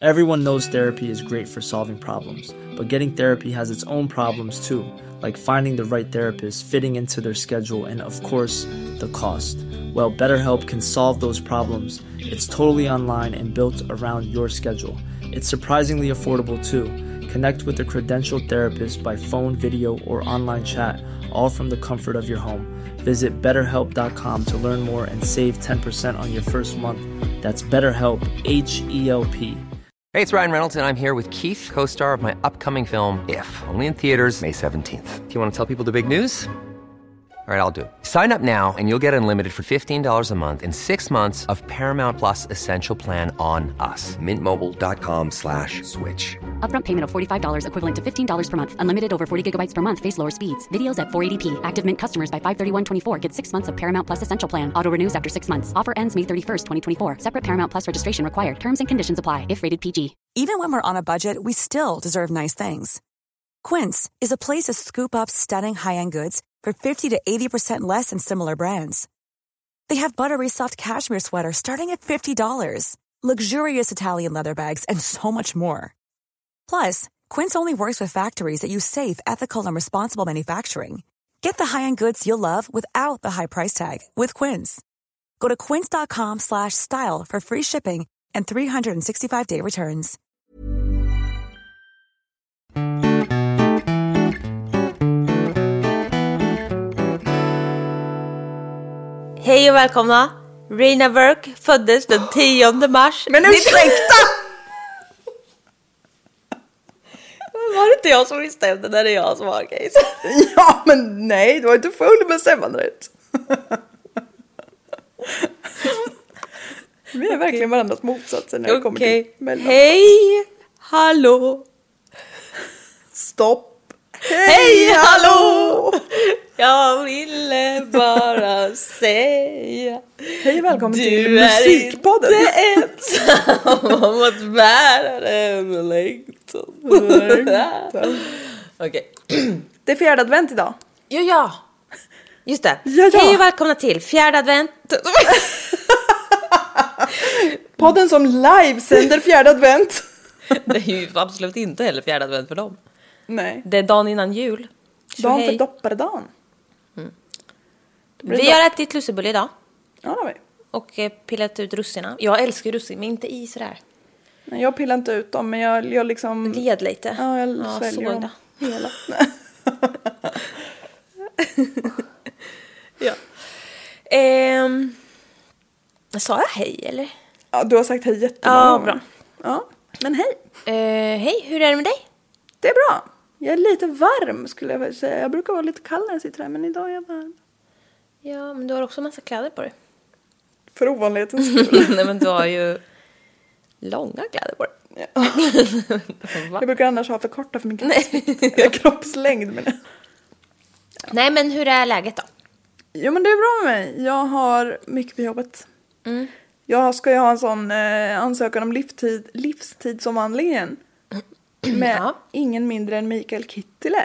Everyone knows therapy is great for solving problems, but getting therapy has its own problems too, like finding the right therapist, fitting into their schedule, and of course, the cost. Well, BetterHelp can solve those problems. It's totally online and built around your schedule. It's surprisingly affordable too. Connect with a credentialed therapist by phone, video, or online chat, all from the comfort of your home. Visit BetterHelp.com to learn more and save 10% on your first month. That's BetterHelp, H-E-L-P. Hey, it's Ryan Reynolds, and I'm here with Keith, co-star of my upcoming film, If, only in theaters May 17th. Do you want to tell people the big news? All right, I'll do it. Sign up now and you'll get unlimited for $15 a month and 6 months of Paramount Plus Essential Plan on us. MintMobile.com/switch. Upfront payment of $45 equivalent to $15 per month. Unlimited over 40 gigabytes per month. Face lower speeds. Videos at 480p. Active Mint customers by 531.24 get 6 months of Paramount Plus Essential Plan. Auto renews after 6 months. Offer ends May 31st, 2024. Separate Paramount Plus registration required. Terms and conditions apply if rated PG. Even when we're on a budget, we still deserve nice things. Quince is a place to scoop up stunning high-end goods for 50 to 80% less than similar brands. They have buttery soft cashmere sweaters starting at $50, luxurious Italian leather bags, and so much more. Plus, Quince only works with factories that use safe, ethical, and responsible manufacturing. Get the high-end goods you'll love without the high price tag with Quince. Go to quince.com/style for free shipping and 365-day returns. Hej och välkomna. Reina Burke föddes den 10 mars. Men ursäkta! Var det inte jag som bestämde när det är jag som har case? Ja, men nej, du var inte full bestämmanderätt. Vi är verkligen varandras motsatser när det kommer till mellan. Hej, hallå. Stopp. Hej, hallå. Jag ville bara säga. Hej och välkommen till Musikpodden. Du är inte ensam om att bära den längtan. Okej. Det är 4:e advent idag. Ja. Just det. Ja. Hej och välkomna till 4:e advent. Podden som livesänder 4:e advent. Det är ju absolut inte heller 4:e advent för dem. Nej. Det är dagen innan jul. Dagen för dopparedagen. Vi har ätit lussebulle idag. Ja, det har vi. Och pillat ut russina. Jag älskar russin, men inte i sådär. Nej, jag pillar inte ut dem, men jag liksom... Led lite. Ja, jag sväljer dem. Hela. Ja. Sa jag hej, eller? Ja, du har sagt hej jättemånga gånger. Bra. Ja, men hej. Hej, hur är det med dig? Det är bra. Jag är lite varm skulle jag säga. Jag brukar vara lite kall när jag sitter här, men idag är jag varm. Ja, men du har också massa kläder på dig. För ovanlighetens skull. Nej, men du har ju långa kläder på dig. Ja. Jag brukar annars ha för korta för min kroppslängd. Men... Nej, men hur är läget då? Jo, men det är bra med mig. Jag har mycket på jobbet. Jag ska ju ha en sån ansökan om livstidsomvandling igen. Med ingen mindre än Mikael Kittilä.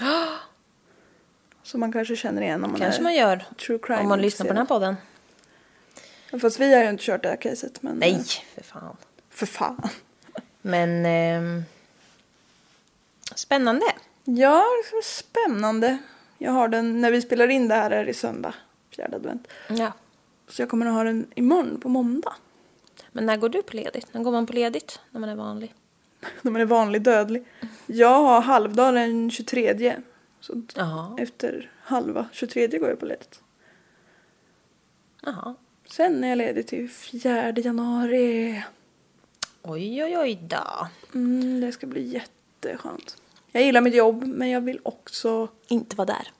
Som man kanske känner igen om man kanske är man gör true crime om man lyssnar på den här podden. Fast vi har ju inte kört det här caset. Men, nej, för fan. För fan. Men spännande. Ja, spännande. Jag har den när vi spelar in det här är i söndag, 4:e advent. Ja. Så jag kommer att ha den imorgon på måndag. Men när går du på ledigt? När går man på ledigt när man är vanlig? När man är vanlig dödlig. Jag har halvdag den 23. Så efter halva 23 går jag på ledigt. Jaha. Sen är jag ledig till 4 januari. Oj då. Det ska bli jätteskönt. Jag gillar mitt jobb, men jag vill också... Inte vara där.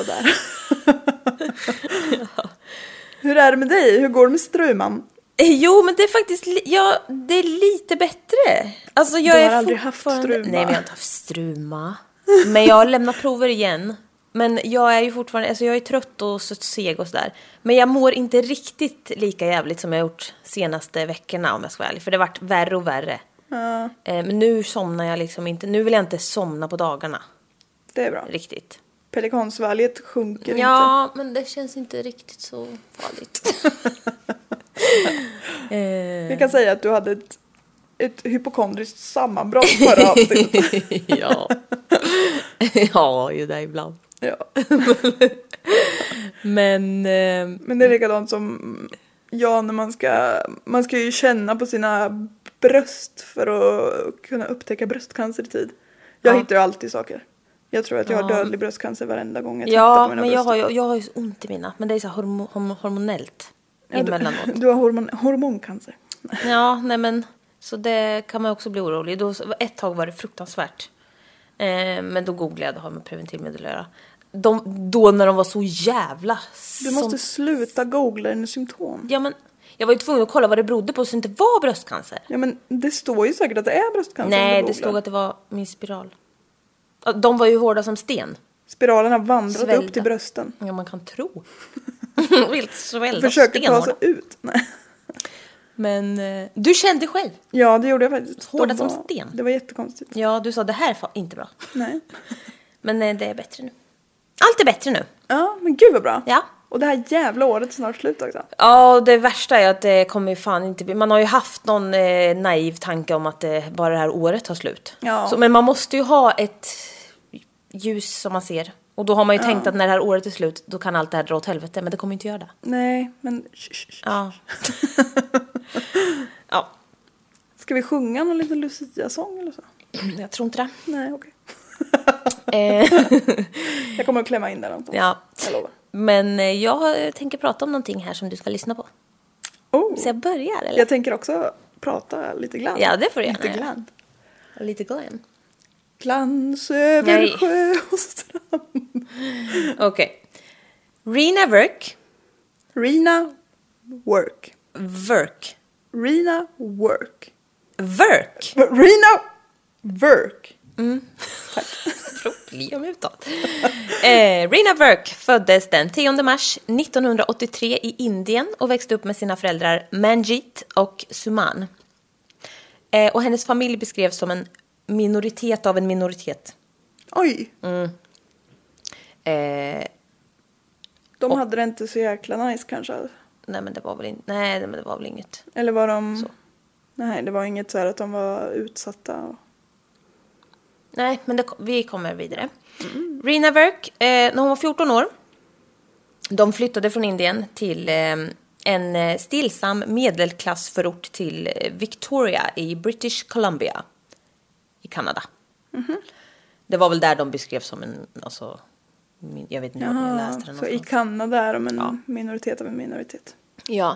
Hur är det med dig? Hur går det med Struman? Jo, men det är faktiskt det är lite bättre. Alltså, jag du har aldrig haft struma? Nej, men jag har inte haft struma. Men jag har lämnat prover igen. Men jag är ju fortfarande, alltså jag är trött och så seg och sådär. Men jag mår inte riktigt lika jävligt som jag gjort senaste veckorna, om jag ska vara ärlig. För det har varit värre och värre. Ja. Men nu somnar jag liksom inte. Nu vill jag inte somna på dagarna. Det är bra. Riktigt. Pelikansvalget sjunker inte. Ja, men det känns inte riktigt så farligt. Vi kan säga att du hade ett hypokondriskt sammanbrott förra avsnittet. Ja. Ja, ju det ibland. Ja. Men det är likadant som när man ska ju känna på sina bröst för att kunna upptäcka bröstcancer i tid. Jag hittar ju alltid saker. Jag tror att jag har dödlig bröstcancer varenda gång jag tittar på mina bröst. Men jag har ju så ont i mina. Men det är så hormonellt emellanåt. Du har hormoncancer. Ja, nej men så det kan man också bli orolig. Ett tag var det fruktansvärt. Men då googlade jag, det har med preventivmedel att göra. Då när de var så jävla... Du måste sluta googla dina symptom. Ja, men jag var ju tvungen att kolla vad det berodde på så det inte var bröstcancer. Ja, men det står ju säkert att det är bröstcancer. Nej, det stod att det var min spiral. De var ju hårda som sten. Spiralen har vandrat upp till brösten. Ja, man kan tro. Vilt svälda försöker ta sig ut. Nej. Men du kände själv. Ja, det gjorde jag faktiskt. Hårda som sten. Det var jättekonstigt. Ja, du sa det här är inte bra. Nej. Men det är bättre nu. Allt är bättre nu. Ja, men gud vad bra. Ja. Och det här jävla året är snart slut också. Ja, det värsta är att det kommer fan inte bli... Man har ju haft någon naiv tanke om att bara det här året tar slut. Ja. Men man måste ju ha ett ljus som man ser. Och då har man ju tänkt att när det här året är slut, då kan allt det här dra åt helvete. Men det kommer inte göra det. Nej, men... Ja. Ja. Ska vi sjunga någon liten Lucia-sång eller så? Jag tror inte det. Nej, okej. Jag kommer att klämma in där någonstans. Ja. Jag lovar. Men jag tänker prata om någonting här som du ska lyssna på. Oh. Så jag börjar, eller? Jag tänker också prata lite grann. Ja, det får du gärna lite göra. grann. Lite glam. Glans över sjö och strand. Okej. Rena Work. Rena Work. Work. Rena Work. Work. Rena Work. Tack. Problem utåt. Rena Work föddes den 10 mars 1983 i Indien och växte upp med sina föräldrar Manjit och Suman. Och hennes familj beskrevs som en minoritet av en minoritet. Oj. De hade det inte så jäkla nice kanske. Nej, men det var väl inget. Eller var de... Så. Nej, det var inget så här att de var utsatta. Och... Nej, men vi kommer vidare. Rena Work, när hon var 14 år, de flyttade från Indien till en stillsam medelklassförort till Victoria i British Columbia i Kanada. Det var väl där de beskrevs som en, alltså, jag vet inte om jag läste den. Så i Kanada är de en minoritet av en minoritet. Ja.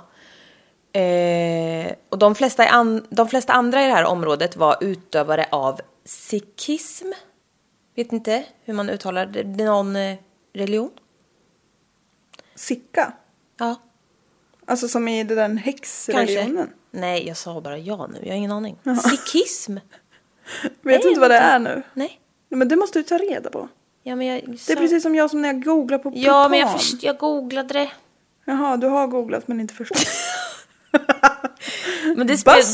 Och de flesta andra i det här området var utövare av sikhism. Vet inte hur man uttalar det. Det är någon religion. Sikka? Ja. Alltså som i den häxreligionen? Kanske. Nej, jag sa bara ja nu. Jag har ingen aning. Sikhism? Vet du inte vad det är nu? Nej. Men det måste du ta reda på. Ja, men det är precis som jag som när jag googlar på Ja, men jag googlade det. Jaha, du har googlat men inte förstått. Men det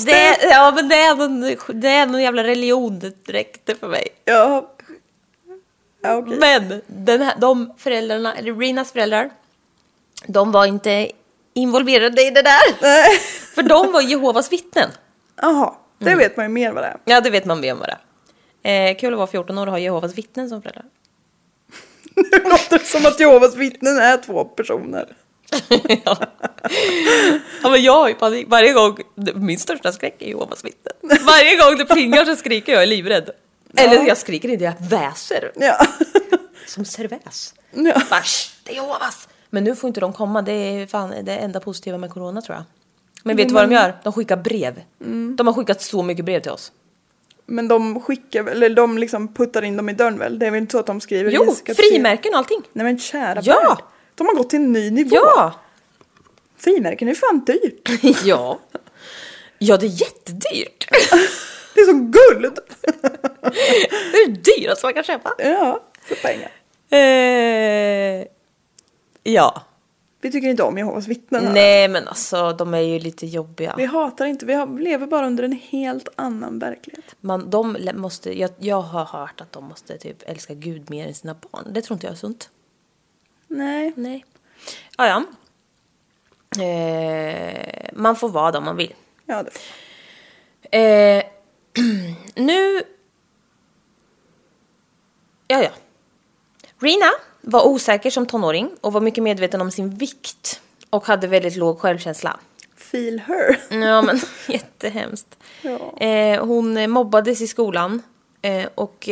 är någon jävla religion direkt för mig. Ja. Okay. Men de föräldrarna, eller Renas föräldrar, de var inte involverade i det där. Nej. För de var Jehovas vittnen. Jaha, det vet man ju mer vad det är. Ja, det vet man mer vad det är. Kul att vara 14 år och ha Jehovas vittnen som föräldrar. Det låter som att Jehovas vittnen är 2 personer. Ja, men jag har ju panik varje gång. Min största skräck är Jehovas vittnen. Varje gång det plingar så skriker jag, är livrädd. Eller jag skriker inte, jag väser. Ja. Som serväs. Ja. Vars, det är Jehovas. Men nu får inte de komma. Det är fan det enda positiva med corona, tror jag. Men vet du vad de gör? De skickar brev. De har skickat så mycket brev till oss. Men de skickar, eller de liksom puttar in dem i dörren väl? Det är väl inte så att de skriver... Jo, frimärken och allting. Nej men kära Ja. värld. De har gått till en ny nivå. Ja. Frimärken är fan dyrt. Ja. Ja, det är jättedyrt. Det är som guld. Det är det dyraste man kan köpa. Ja, för pengar. Ja. Vi tycker inte om Jehovas vittnen. Nej, men alltså, de är ju lite jobbiga. Vi hatar inte, lever bara under en helt annan verklighet. Jag har hört att de måste typ älska Gud mer än sina barn. Det tror inte jag är sunt. Nej. Ja. Man får vara om man vill. Ja, Nu... Ja. Rena var osäker som tonåring och var mycket medveten om sin vikt. Och hade väldigt låg självkänsla. Feel her. Ja, men jättehemskt. Ja. Hon mobbades i skolan. Och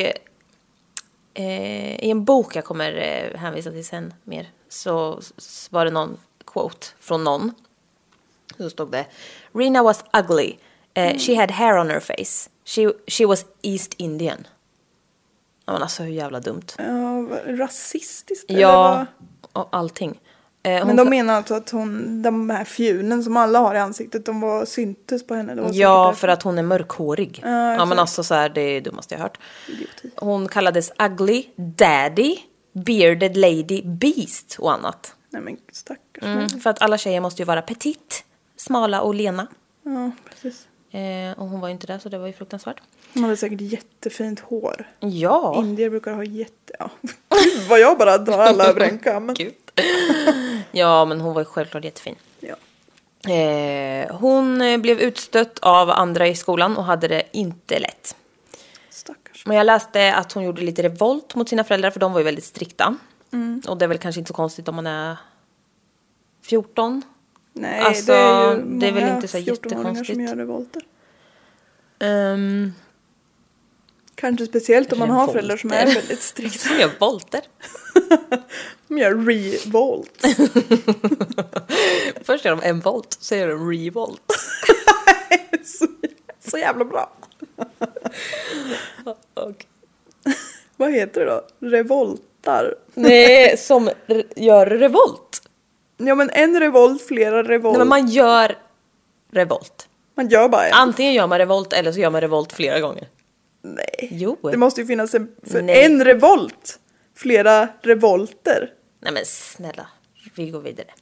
i en bok jag kommer hänvisa till sen mer. Så var det någon quote från någon. Så stod det: Rena was ugly. She had hair on her face. She was East Indian. Ja, men alltså hur jävla dumt. Ja, rasistiskt. Ja, och allting. Men de menar alltså att de här fjunen som alla har i ansiktet, de var syntes på henne. Ja, för att hon är mörkhårig. Ja, men alltså så här, det är det dummaste jag hört. Idioti. Hon kallades ugly, daddy, bearded lady, beast och annat. Nej men stackars. För att alla tjejer måste ju vara petit, smala och lena. Ja, precis. Och hon var ju inte där, så det var ju fruktansvärt. Hon hade säkert jättefint hår. Ja. Indier brukar ha Ja. Gud, vad jag bara drar alla över en kam. Ja, men hon var ju självklart jättefin. Ja. Hon blev utstött av andra i skolan och hade det inte lätt. Stackars. Men jag läste att hon gjorde lite revolt mot sina föräldrar, för de var ju väldigt strikta. Och det är väl kanske inte så konstigt om man är 14. Nej, alltså, det är väl inte så jättekonstigt som gör revolter. Kanske speciellt om man har föräldrar som är väldigt strikta. Som gör volter. De gör revolt. Först gör de en volt, så gör de revolt. så jävla bra. Okay. Vad heter det då? Revoltar. Nej, som gör revolt. Ja, men en revolt, flera revolt. Nej, men man gör revolt. Man gör bara en. Antingen gör man revolt eller så gör man revolt flera gånger. Nej. Jo. Det måste ju finnas en revolt. Flera revolter. Nej men snälla, vi går vidare.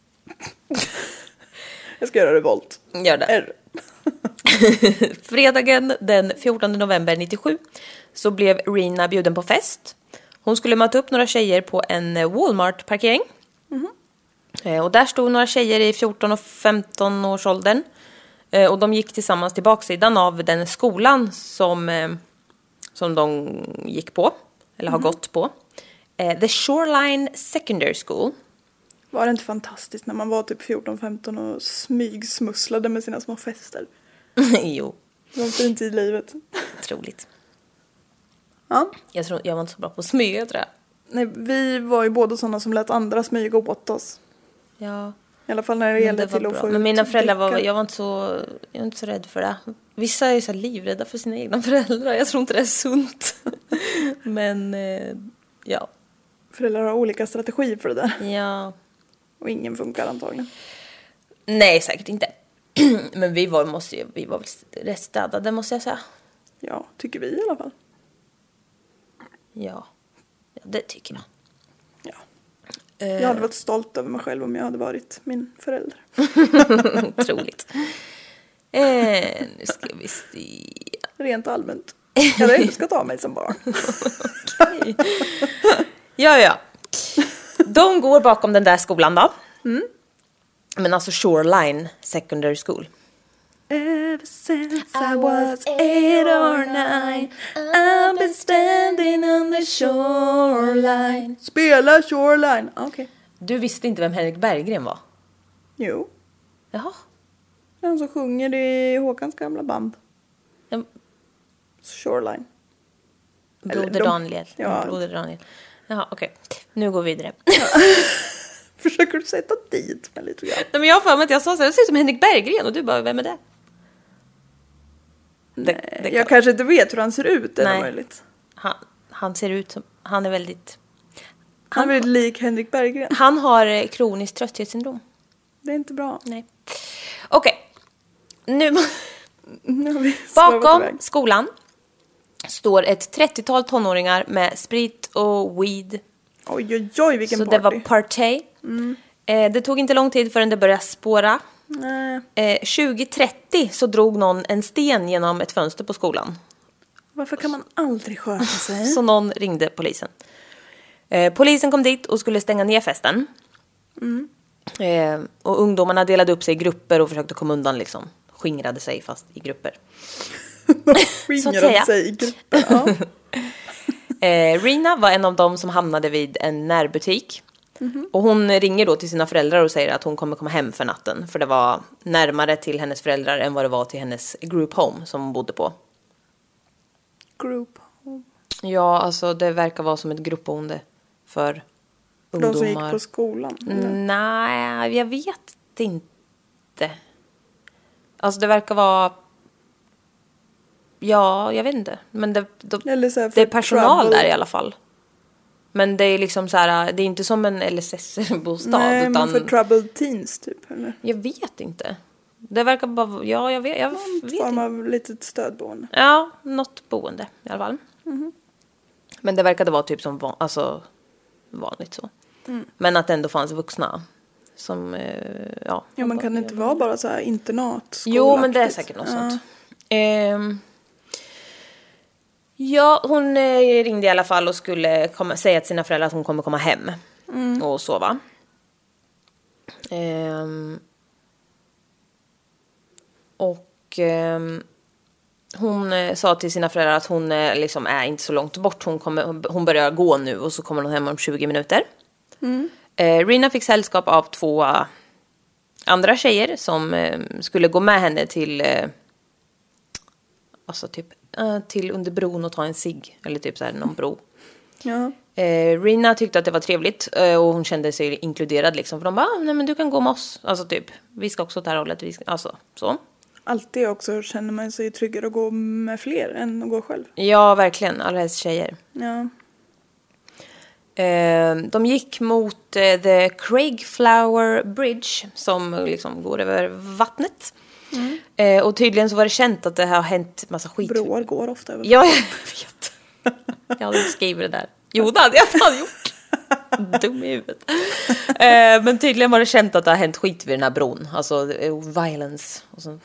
Jag ska göra revolt. Gör det. Fredagen den 14 november 97 så blev Rena bjuden på fest. Hon skulle möta upp några tjejer på en Walmart-parkering. Och där stod några tjejer i 14 och 15 års åldern. Och de gick tillsammans till baksidan av den skolan som de gick på. Eller har gått på. The Shoreline Secondary School. Var det inte fantastiskt när man var typ 14-15 och smygsmusslade med sina små fester? Jo. Det var en fin tid i livet. Troligt. Ja. Jag var inte så bra på att smyga, tror jag. Nej, vi var ju båda sådana som lät andra smyga åt oss. Ja. I alla fall när det gällde till att bra. få ut. Men mina föräldrar jag var inte så rädd för det. Vissa är ju så livrädda för sina egna föräldrar. Jag tror inte det är sunt. Men ja. Föräldrar har olika strategier för det där. Ja. Och ingen funkar antagligen. Nej, säkert inte. Men vi var väl rätt städade, måste jag säga. Ja, tycker vi i alla fall. Ja, det tycker jag. Ja. Jag hade varit stolt över mig själv om jag hade varit min förälder. Troligt. Nu ska vi se. Rent allmänt. Jag hade älskat av mig som barn. Okay. Ja. De går bakom den där skolan då. Men alltså Shoreline Secondary School. Ever since I was 8 or 9 I've been standing on the shoreline. Spela Shoreline. Okej. Du visste inte vem Henrik Berggren var? Jo. Jaha. Han som sjunger i Håkans gamla band. Shoreline. Broder Daniel. Ja. Broder Daniel. Jaha, okej. Nu går vi vidare. Försöker du sätta dit med lite grann? Nej, men jag har för mig att jag sa så här, det ser ut som Henrik Berggren och du bara, vem är det? Nej, jag kanske inte vet hur han ser ut, är det möjligt? Han ser ut som, han är väldigt... Han är väldigt lik Henrik Berggren. Han har kroniskt trötthetssyndrom. Det är inte bra. Nej. Okej. Nu har vi bakom skolan står ett 30-tal tonåringar med sprit och weed. Oj, vilken så party. Det var party. Det tog inte lång tid förrän det började spåra. 2030 så drog någon en sten genom ett fönster på skolan. Varför kan man aldrig sköta sig? Så någon ringde polisen. Polisen kom dit och skulle stänga ner festen. Och ungdomarna delade upp sig i grupper och försökte komma undan liksom skingrade sig fast i grupper. Skingrade sig i grupper, ja. Rena var en av dem som hamnade vid en närbutik. Och hon ringer då till sina föräldrar och säger att hon kommer komma hem för natten. För det var närmare till hennes föräldrar än vad det var till hennes group home som hon bodde på. Group home? Ja, alltså det verkar vara som ett gruppboende för ungdomar. De som gick på skolan? Eller? Nej, jag vet inte. Alltså det verkar vara... Ja, jag vet inte. Men det är personal travel. Där i alla fall. Men det är liksom så här, det är inte som en LSS-bostad. Nej, utan... men för troubled teens typ, eller? Jag vet inte. Det verkar bara, ja, jag vet form av litet stödboende. Ja, något boende i alla fall. Men det verkade vara typ som vanligt så. Men att det ändå fanns vuxna som, ja. Ja, man kan inte vara bara så här internat. Jo, men det är säkert något sånt. Ja, hon ringde i alla fall och skulle säga till sina föräldrar att hon kommer komma hem och sova. Hon sa till sina föräldrar att hon liksom är inte så långt bort. Hon börjar gå nu och så kommer hon hem om 20 minuter. Rena fick sällskap av 2 andra tjejer som skulle gå med henne till alltså typ till under bron och ta en cigg eller typ så här någon bro. Ja. Rena tyckte att det var trevligt och hon kände sig inkluderad liksom, för de bara, nej men du kan gå med oss, alltså typ, vi ska också åt det här hållet, alltså så. Alltid också känner man sig tryggare att gå med fler än att gå själv. Ja, verkligen, alla helst tjejer. Ja. De gick mot the Craigflower Bridge som liksom går över vattnet. Och tydligen så var det känt att det har hänt massa skit. Broar går ofta över. Ja, jag vet. Jag hade skrivit det där. Jo, det hade jag fan gjort. Dum i huvudet. Men tydligen var det känt att det har hänt skit vid den här bron. Alltså violence och så.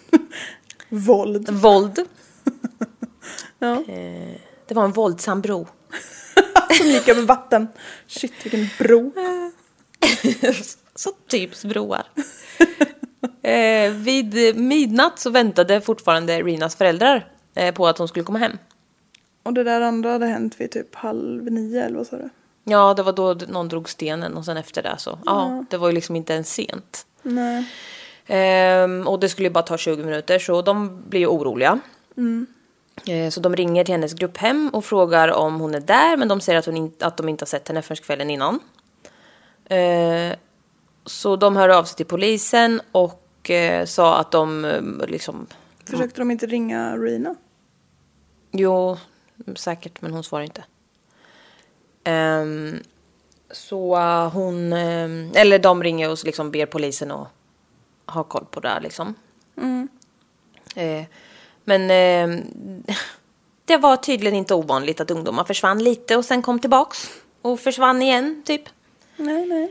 Våld. Ja. Det var en våldsam bro. Som gick över vatten. Shit, vilken bro. Så typs broar. Vid midnatt så väntade fortfarande Renas föräldrar på att hon skulle komma hem. Och det där andra hade hänt vid typ 8:30 eller vad sa du? Ja, det var då någon drog stenen och sen efter det så. Ja, det var ju liksom inte ens sent. Nej. Och det skulle ju bara ta 20 minuter så de blir ju oroliga. Så de ringer till hennes grupphem och frågar om hon är där, men de säger att de inte har sett henne förrän kvällen innan. Så de hör av sig till polisen och sa att de liksom... Försökte de inte ringa Rena? Jo, säkert, men hon svarar inte. Så hon... eller de ringer och liksom ber polisen att ha koll på det här liksom. Men det var tydligen inte ovanligt att ungdomar försvann lite och sen kom tillbaks. Och försvann igen, typ. Nej.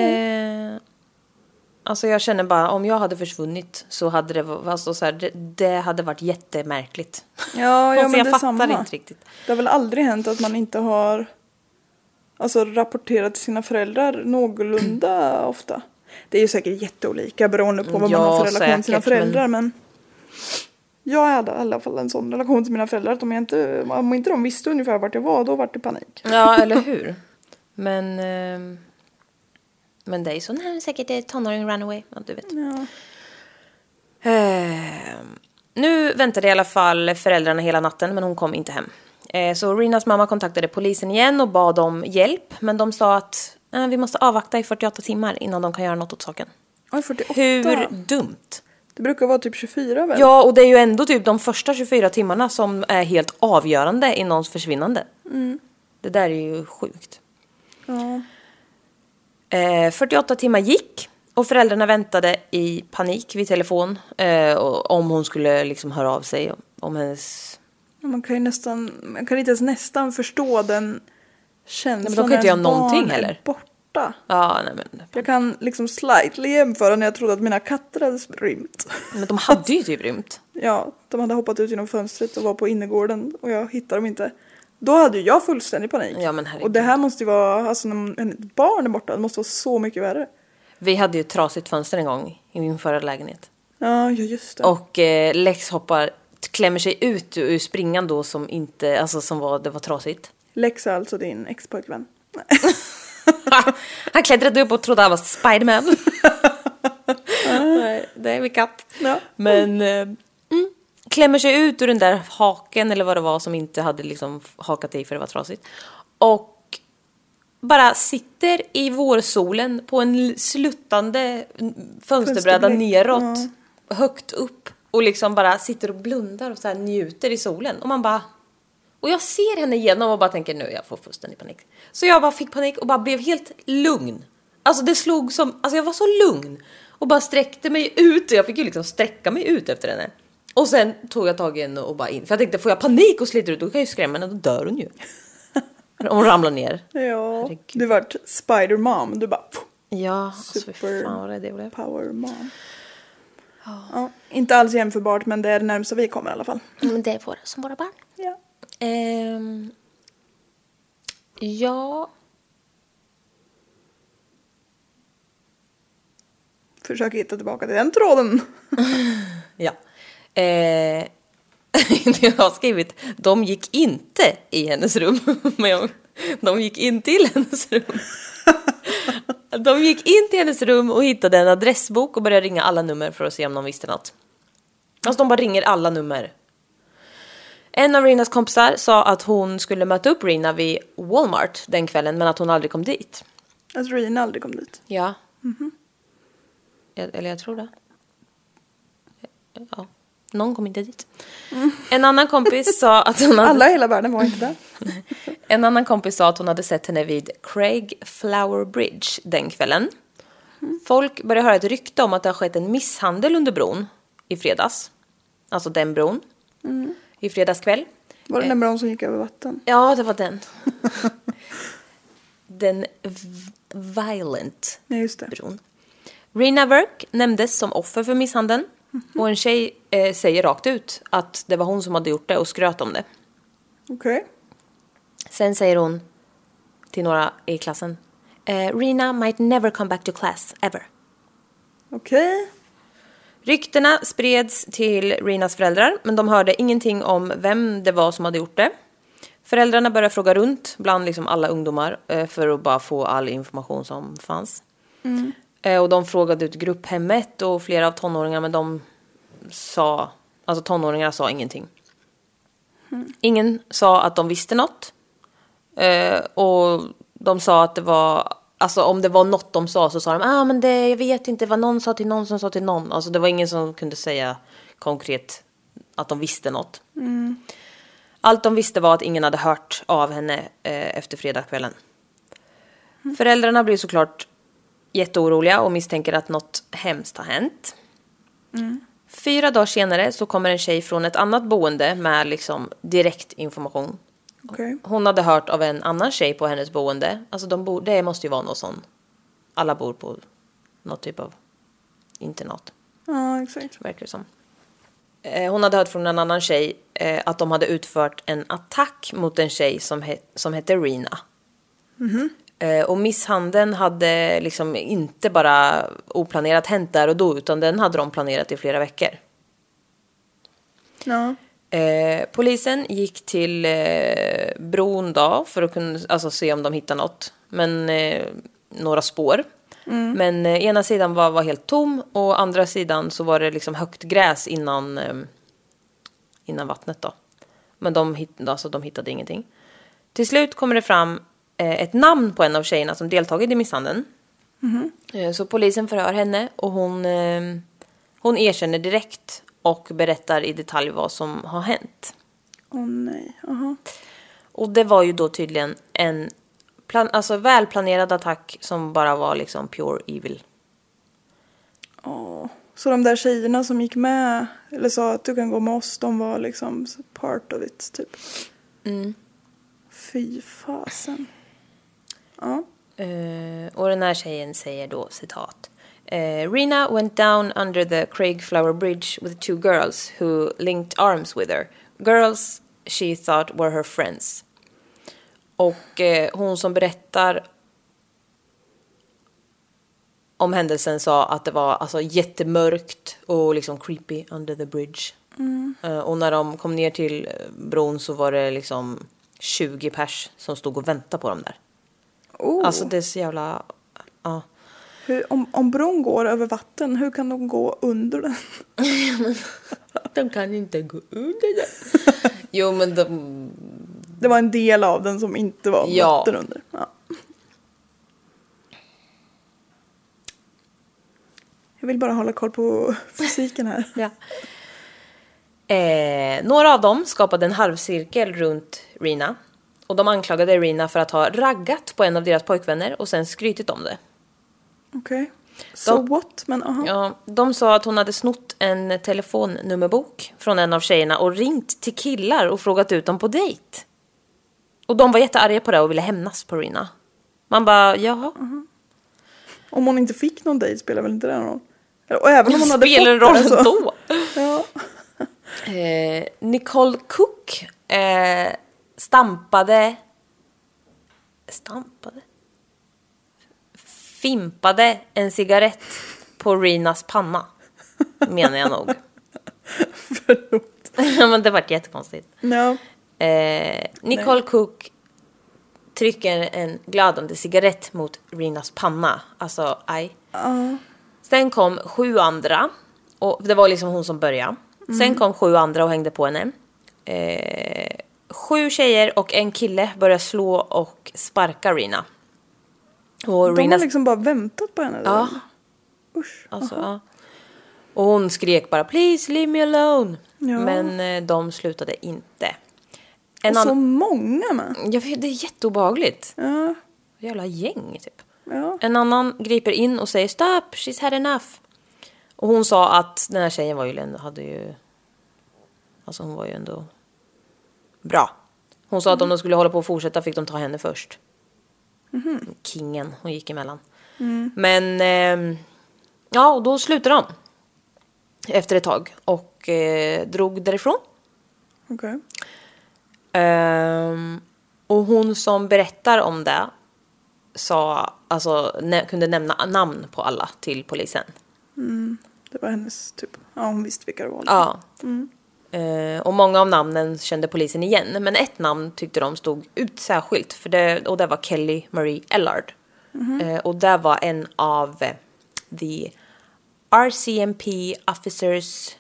Alltså jag känner bara, om jag hade försvunnit så hade det alltså så här, det hade varit jättemärkligt. Ja, alltså, men jag det fattar samma. inte riktigt. Det har väl aldrig hänt att man inte har rapporterat till sina föräldrar någorlunda ofta. Det är ju säkert jätteolika beroende på vad man har för relation till sina föräldrar, men jag hade i alla fall en sån relation till mina föräldrar att om inte de visste ungefär vart jag var, då var det panik. Ja, eller hur? Men det är så när säkert är tonåring runaway, ja, du vet. Ja. Nu väntade i alla fall föräldrarna hela natten, men hon kom inte hem. Så Renas mamma kontaktade polisen igen och bad om hjälp, men de sa att vi måste avvakta i 48 timmar innan de kan göra något åt saken. Oj, 48. Hur dumt? Det brukar vara typ 24 väl? Ja, och det är ju ändå typ de första 24 timmarna som är helt avgörande i någons försvinnande. Det där är ju sjukt. Ja. 48 timmar gick och föräldrarna väntade i panik vid telefon om hon skulle liksom höra av sig om hennes... Man kan inte ens nästan förstå den känslan. Men de kan inte göra någonting heller. Borta. Ja, nej, men... Jag kan liksom slightly jämföra när jag trodde att mina katter hade rymt. Men de hade ju typ rymt. Ja, de hade hoppat ut genom fönstret och var på innergården och jag hittade dem inte. Då hade ju jag fullständig panik. Ja, men herregud. Och det här måste ju vara, alltså när ett barn är borta, det måste vara så mycket värre. Vi hade ju ett trasigt fönster en gång i min förra lägenhet. Ja, just det. Och Lex klämmer sig ut ur springan då som inte, alltså det var trasigt. Lex är alltså din ex-pojkvän. Han klättrade upp och trodde han var Spiderman. Nej, det är min katt. Ja. Men klämmer sig ut ur den där haken eller vad det var som inte hade liksom hakat i för det var trasigt. Och bara sitter i vårsolen på en sluttande fönsterbräda neråt, högt upp. Och liksom bara sitter och blundar och så här njuter i solen. Och man bara... Och jag ser henne igenom och bara tänker nu jag får fusten i panik. Så jag bara fick panik och bara blev helt lugn. Alltså det slog som... Alltså jag var så lugn. Och bara sträckte mig ut. Och jag fick ju liksom sträcka mig ut efter henne. Och sen tog jag tag i henne och bara in. För jag tänkte, får jag panik och sliter ut, då kan jag ju skrämma henne. Då dör hon ju. Hon ramlar ner. Ja, herregud. du vart Spider-Mom. Du bara... Ja, alltså Super fan vad det blev. Power Mom. Ja, inte alls jämförbart, men det är det närmsta vi kommer i alla fall. Men det är som våra barn. Ja. Ja. Försök hitta tillbaka till den tråden. Ja. Jag har skrivit, de gick inte i hennes rum. Men de gick in till hennes rum. De gick in till hennes rum och hittade en adressbok och började ringa alla nummer för att se om de visste något. Alltså de bara ringer alla nummer. En av Rinas kompisar sa att hon skulle möta upp Rina vid Walmart den kvällen, men att hon aldrig kom dit. Att Rina aldrig kom dit? Ja. Eller jag tror det. Ja. Någon kom inte dit. En annan kompis sa att hon hade... Alla i hela världen var inte där. En annan kompis sa att hon hade sett henne vid Craig Flower Bridge den kvällen. Folk började höra ett rykte om att det har skett en misshandel under bron i fredags. Alltså den bron. I fredagskväll. Var det den bron som gick över vatten? Ja, det var den. Den Violent just det. bron. Rina Verk nämndes som offer för misshandeln. Och en tjej säger rakt ut att det var hon som hade gjort det och skröt om det. Okej. Sen säger hon till några i klassen: Rina might never come back to class, ever. Okej. Ryktena spreds till Rinas föräldrar, men de hörde ingenting om vem det var som hade gjort det. Föräldrarna började fråga runt bland liksom alla ungdomar för att bara få all information som fanns. Och de frågade ut grupphemmet och flera av tonåringarna, men tonåringarna sa ingenting. Ingen sa att de visste något. Och de sa att det var, alltså om det var något de sa så sa de, men jag vet inte vad någon sa till någon som sa till någon. Alltså det var ingen som kunde säga konkret att de visste något. Allt de visste var att ingen hade hört av henne efter fredagskvällen. Föräldrarna blev såklart jätteoroliga och misstänker att något hemskt har hänt. 4 dagar senare så kommer en tjej från ett annat boende med liksom direkt information. Okay. Hon hade hört av en annan tjej på hennes boende. Alltså det måste ju vara något sån. Alla bor på något typ av internat. Ja, exakt. Verkar det som. Hon hade hört från en annan tjej att de hade utfört en attack mot en tjej som hette Rina. Och misshandeln hade liksom inte bara oplanerat hänt där och då, utan den hade de planerat i flera veckor. Ja. Polisen gick till bron då för att kunna se om de hittade något. Men några spår. Men ena sidan var helt tom och andra sidan så var det liksom högt gräs innan vattnet då. Men de hittade ingenting. Till slut kommer det fram ett namn på en av tjejerna som deltagit i misshandeln. Så polisen förhör henne och hon erkänner direkt och berättar i detalj vad som har hänt. Nej, aha. Och det var ju då tydligen en välplanerad attack som bara var liksom pure evil. Så de där tjejerna som gick med eller sa att du kan gå med oss, de var liksom part of it typ. Fy fasen. Ja. Och den här tjejen säger då citat: Rina went down under the Craig Flower Bridge with 2 girls who linked arms with her. Girls she thought were her friends. Och hon som berättar om händelsen sa att det var alltså jättemörkt och liksom creepy under the bridge. Och när de kom ner till bron så var det liksom 20 pers som stod och väntade på dem där. Alltså det är så jävla... Ja. Om bron går över vatten, hur kan de gå under den? De kan inte gå under den. Jo, men det var en del av den som inte var vatten under. Ja. Jag vill bara hålla koll på fysiken här. Ja. Några av dem skapade en halvcirkel runt Rena. Och de anklagade Rena för att ha raggat på en av deras pojkvänner och sen skrytit om det. Okej. So what? Men aha. Ja, de sa att hon hade snott en telefonnummerbok från en av tjejerna och ringt till killar och frågat ut dem på dejt. Och de var jättearga på det och ville hämnas på Rena. Man bara, jaha. Om hon inte fick någon dejt spelar väl inte det någon roll? Och även om hon hade spelar en roll ändå. Ja. Nicole Cook fimpade en cigarett på Renas panna, menar jag nog. Förlåt. Men det var jättekonstigt. No. Nicole Cook trycker en glödande cigarett mot Renas panna. Alltså, aj. Sen kom 7 andra. Och det var liksom hon som började. Sen kom 7 andra och hängde på henne. 7 tjejer och en kille började slå och sparka Rena. Och de har liksom bara väntat på henne. Ja. Usch. Alltså, ja. Och hon skrek bara, please leave me alone. Ja. Men de slutade inte. Så många med. Jag vet, det är jätteobehagligt. Ja. Jävla gäng typ. Ja. En annan griper in och säger stop, she's had enough. Och hon sa att den här tjejen var alltså hon var ju ändå bra. Hon sa att om de skulle hålla på och fortsätta fick de ta henne först. Kingen, hon gick emellan. Men ja, och då slutade de efter ett tag och drog därifrån. Okej. Och hon som berättar om det sa, alltså kunde nämna namn på alla till polisen. Det var hennes typ. Ja, hon visste vilka det var. Ja. Och många av namnen kände polisen igen. Men ett namn tyckte de stod ut särskilt. Och det var Kelly Marie Ellard. Och det var en av the RCMP officers,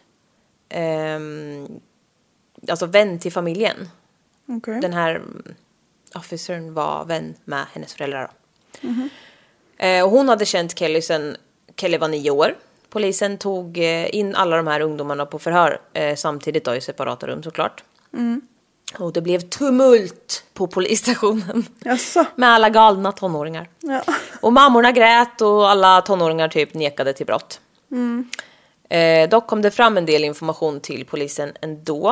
alltså vän till familjen. Okay. Den här officern var vän med hennes föräldrar. Och hon hade känt Kelly sedan Kelly var 9 år. Polisen tog in alla de här ungdomarna på förhör samtidigt då, i separata rum såklart. Och det blev tumult på polisstationen. Jaså? Med alla galna tonåringar. Ja. Och mammorna grät och alla tonåringar typ nekade till brott. Dock kom det fram en del information till polisen ändå.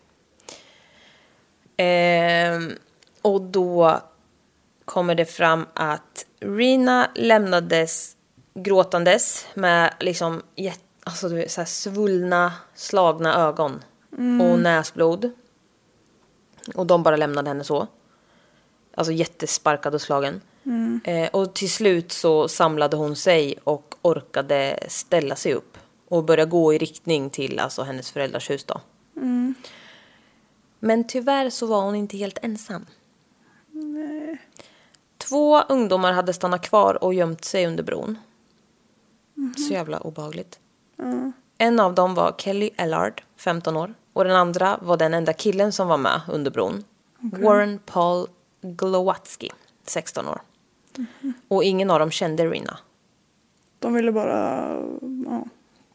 Och då kommer det fram att Rena lämnades gråtandes med liksom alltså du vet, så här svullna, slagna ögon och näsblod. Och de bara lämnade henne så. Alltså jättesparkad och slagen. Och till slut så samlade hon sig och orkade ställa sig upp och börja gå i riktning till alltså hennes föräldrars hus då. Men tyvärr så var hon inte helt ensam. Nej. 2 ungdomar hade stannat kvar och gömt sig under bron. Så jävla obehagligt. En av dem var Kelly Ellard, 15 år. Och den andra var den enda killen som var med under bron. Okay. Warren Paul Glowatsky, 16 år. Och ingen av dem kände Rena. De ville bara... Ja.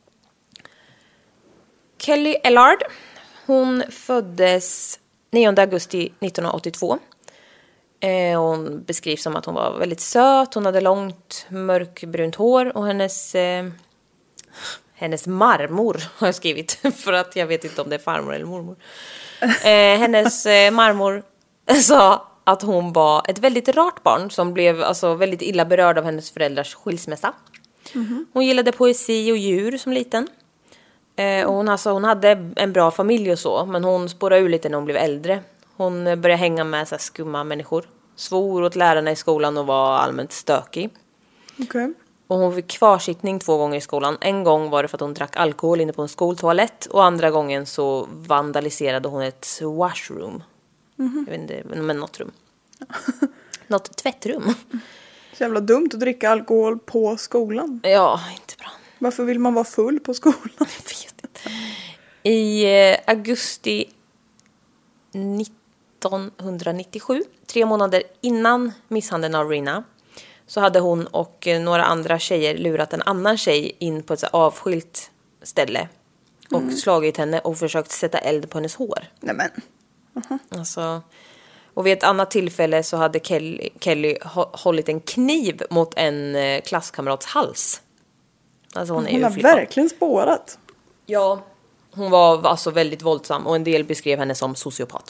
Kelly Ellard, hon föddes 9 augusti 1982. Hon beskrivs som att hon var väldigt söt. Hon hade långt mörkbrunt hår. Och hennes marmor har jag skrivit. För att jag vet inte om det är farmor eller mormor. Hennes marmor sa att hon var ett väldigt rart barn. Som blev alltså väldigt illa berörd av hennes föräldrars skilsmässa. Hon gillade poesi och djur som liten. Och hon hade en bra familj och så. Men hon spårade ur lite när hon blev äldre. Hon började hänga med så här skumma människor. Svor åt lärarna i skolan och var allmänt stökig. Okay. Och hon fick kvarsittning 2 gånger i skolan. En gång var det för att hon drack alkohol inne på en skoltoalett. Och andra gången så vandaliserade hon ett washroom. Jag vet inte, men något rum. Något tvättrum. Så jävla dumt att dricka alkohol på skolan. Ja, inte bra. Varför vill man vara full på skolan? Jag vet inte. I augusti 1997, 3 månader innan misshandeln av Rena, så hade hon och några andra tjejer lurat en annan tjej in på ett så avskilt ställe och slagit henne och försökt sätta eld på hennes hår. Nämen. Alltså, och vid ett annat tillfälle så hade Kelly hållit en kniv mot en klasskamrats hals. Alltså hon har verkligen spårat. Ja, hon var alltså väldigt våldsam och en del beskrev henne som sociopat.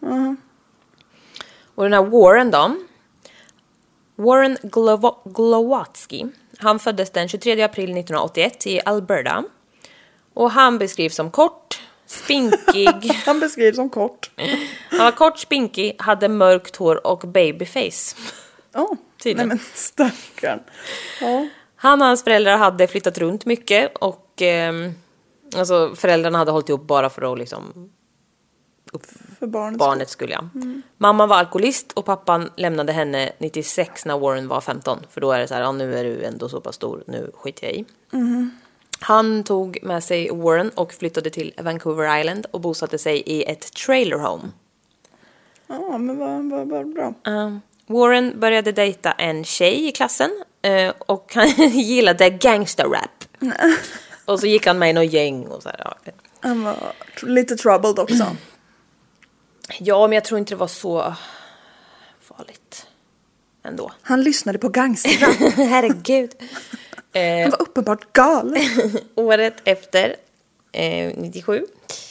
Och den här Warren då, Warren Glowatsky, han föddes den 23 april 1981 i Alberta. Och han beskrivs som kort, spinkig. Han beskrivs som kort. Han var kort, spinkig, hade mörkt hår och babyface. Nej men stackarn. Ja. Han och hans föräldrar hade flyttat runt mycket och alltså föräldrarna hade hållit ihop bara för att liksom För barnets skull, ja. Mamman var alkoholist och pappan lämnade henne 96 när Warren var 15. För då är det så här, ja, nu är du ändå så pass stor, nu skiter jag i. Han tog med sig Warren och flyttade till Vancouver Island och bosatte sig i ett trailer home. Ja, men vad bra. Warren började dejta en tjej i klassen och han gillade gangsterrap. Och så gick han med i något gäng och så här, ja. Han var lite troubled också. Ja, men jag tror inte det var så farligt ändå. Han lyssnade på gangsterrap. Herregud. Han var uppenbart galen. Året efter, 97,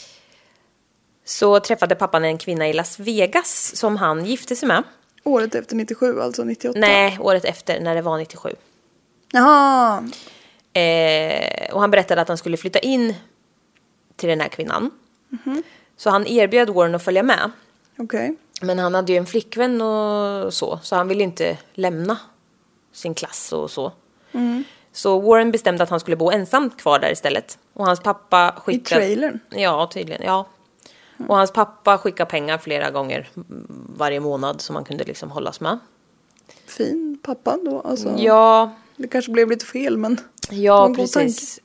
så träffade pappan en kvinna i Las Vegas som han gifte sig med. Året efter 97, alltså 98? Nej, året efter när det var 97. Jaha. Och han berättade att han skulle flytta in till den här kvinnan. Så han erbjöd Warren att följa med. Okej. Men han hade ju en flickvän och så han ville inte lämna sin klass och så. Så Warren bestämde att han skulle bo ensamt kvar där istället. Och hans pappa skickade... I trailern? Ja, tydligen, ja. Och hans pappa skickade pengar flera gånger varje månad som man kunde liksom hållas med. Fin pappa då, alltså. Ja. Det kanske blev lite fel, men... Ja, precis.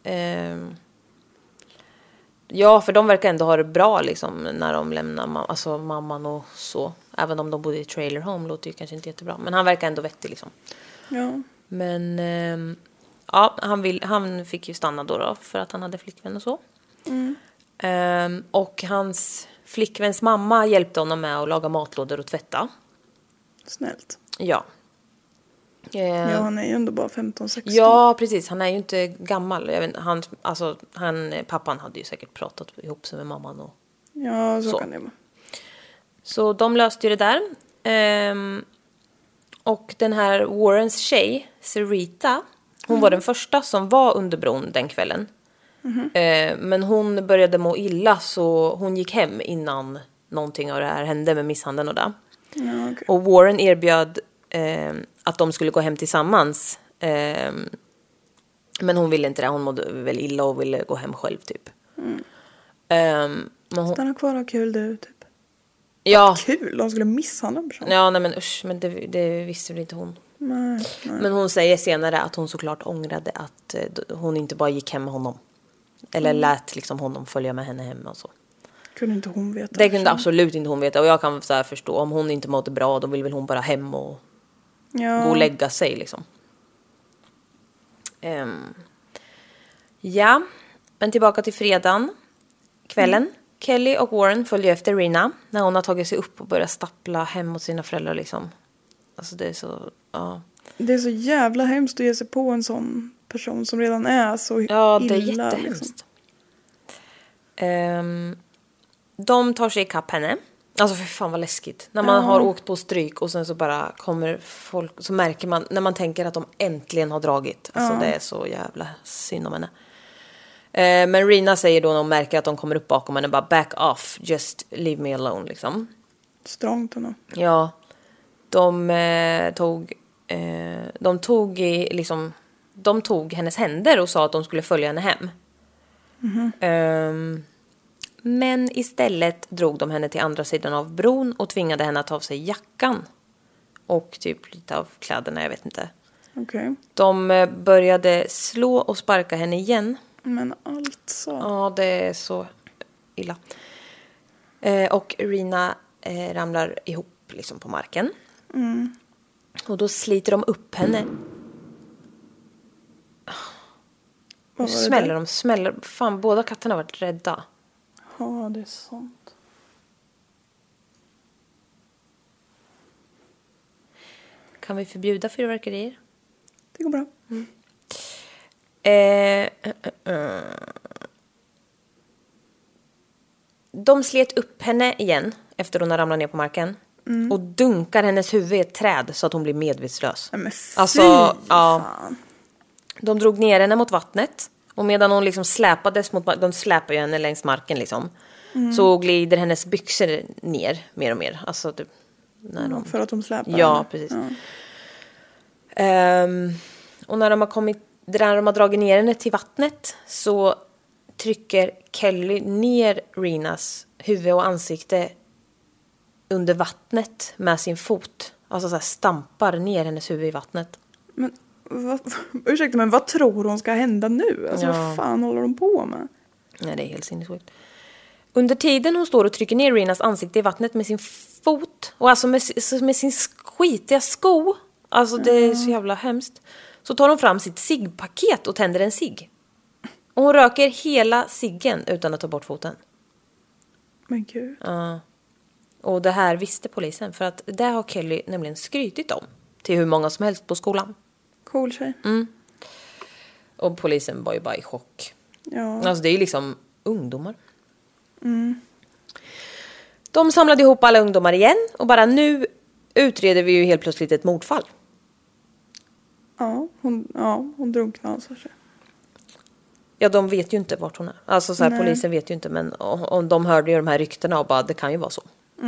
Ja, för de verkar ändå ha det bra liksom när de lämnar alltså mamman och så. Även om de bodde i trailer home låter ju kanske inte jättebra. Men han verkar ändå vettig liksom. Ja. Men ja, han fick ju stanna då för att han hade flickvän och så. Och hans flickväns mamma hjälpte honom med att laga matlådor och tvätta. Snällt. Ja. Ja, han är ju ändå bara 15-16. Ja, precis. Han är ju inte gammal. Jag vet, pappan hade ju säkert pratat ihop sig med mamman. Och ja, så kan det vara. Så de löste ju det där. Och den här Warrens tjej, Sarita, hon var den första som var under bron den kvällen. Men hon började må illa så hon gick hem innan någonting av det här hände med misshandeln och det. Ja, okay. Och Warren erbjöd att de skulle gå hem tillsammans. Men hon ville inte det. Hon mådde väl illa och ville gå hem själv typ. Stanna kvar och ha kul du typ. Ja. Kul, de skulle misshandla en person. Ja, nej men usch, men det visste väl inte hon. Nej. Men hon säger senare att hon såklart ångrade att hon inte bara gick hem med honom. Eller lät liksom honom följa med henne hem och så. Kunde inte hon veta? Det kunde absolut inte hon veta. Och jag kan så här förstå, om hon inte mådde bra då vill väl hon bara hem och gå och lägga sig liksom. Ja, men tillbaka till fredagen, kvällen. Kelly och Warren följer efter Rena när hon har tagit sig upp och börjat stappla hem mot sina föräldrar liksom. Alltså det är så, ja. Det är så jävla hemskt att ge sig på en sån person som redan är så illa. Ja, det är jättehemskt. Liksom. De tar sig ikapp henne. Alltså för fan vad läskigt. När man har åkt på stryk och sen så bara kommer folk, så märker man när man tänker att de äntligen har dragit. Alltså det är så jävla synd om henne. Men Rena säger då när hon märker att de kommer upp bakom henne bara back off, just leave me alone liksom. Strångt henne. Ja. De tog i liksom de tog hennes händer och sa att de skulle följa henne hem. Men istället drog de henne till andra sidan av bron och tvingade henne att ta av sig jackan. Och typ lite av kläderna, jag vet inte. Okej. De började slå och sparka henne igen. Men alltså. Ja, det är så illa. Och Rena ramlar ihop liksom på marken. Och då sliter de upp henne. Nu smäller. Fan, båda katterna har varit rädda. Ja, det är sånt. Kan vi förbjuda fyrverkerier? Det går bra. De slet upp henne igen efter hon har ramlat ner på marken. Och dunkar hennes huvud i ett träd så att hon blir medvetslös. Men alltså, ja. De drog ner henne mot vattnet. Och medan hon liksom släpades mot de släpar ju henne längs marken liksom. Så glider hennes byxor ner mer och mer. Alltså typ, när de... För att de släpar Ja, henne. precis. Och när de har dragit ner henne till vattnet så trycker Kelly ner Renas huvud och ansikte under vattnet med sin fot. Alltså så här stampar ner hennes huvud i vattnet. Men ursäkta, men vad tror hon ska hända nu? Alltså vad fan håller de på med? Nej, det är helt sinnessjukt. Under tiden hon står och trycker ner Renas ansikte i vattnet med sin fot och alltså med sin skitiga sko. Alltså det är så jävla hemskt. Så tar hon fram sitt ciggpaket och tänder en cigg. Och hon röker hela ciggen utan att ta bort foten. Men gud. Ja. Och det här visste polisen för att det har Kelly nämligen skrytit om till hur många som helst på skolan. Cool tjej. Och polisen var ju bara i chock. Ja. Alltså det är ju liksom ungdomar. De samlade ihop alla ungdomar igen och bara nu utreder vi ju helt plötsligt ett mordfall. Hon drunknade alltså. Ja, de vet ju inte vart hon är. Alltså så här, polisen vet ju inte, men om de hörde ju de här ryktena och bara, det kan ju vara så.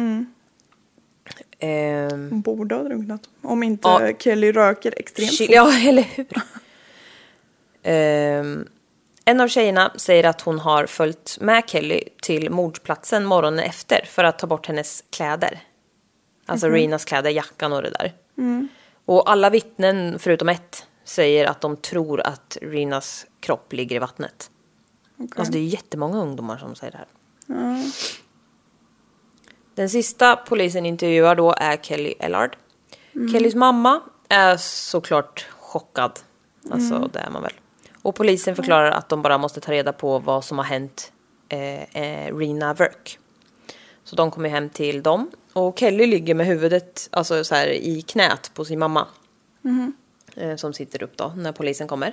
Hon borde ha drunknat. Om inte Kelly röker extremt fort. Ja, eller hur? En av tjejerna säger att hon har följt med Kelly till mordplatsen morgonen efter för att ta bort hennes kläder. Alltså Renas kläder, jackan och det där. Och alla vittnen förutom ett säger att de tror att Renas kropp ligger i vattnet. Alltså det är jättemånga ungdomar som säger det här. Den sista polisen intervjuar då är Kelly Ellard. Kellys mamma är såklart chockad. Alltså det är man väl. Och polisen förklarar att de bara måste ta reda på vad som har hänt Rena Verk. Så de kommer hem till dem. Och Kelly ligger med huvudet alltså så här, i knät på sin mamma. Som sitter upp då när polisen kommer.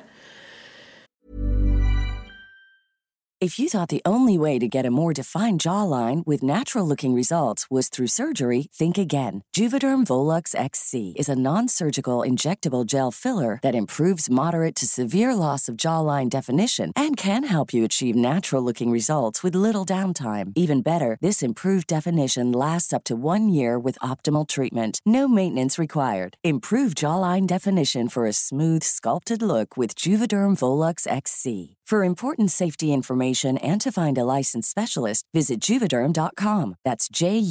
If you thought the only way to get a more defined jawline with natural-looking results was through surgery, think again. Juvederm Volux XC is a non-surgical injectable gel filler that improves moderate to severe loss of jawline definition and can help you achieve natural-looking results with little downtime. Even better, this improved definition lasts up to 1 year with optimal treatment. No maintenance required. Improve jawline definition for a smooth, sculpted look with Juvederm Volux XC. For important safety information and to find a licensed specialist, visit Juvederm.com. That's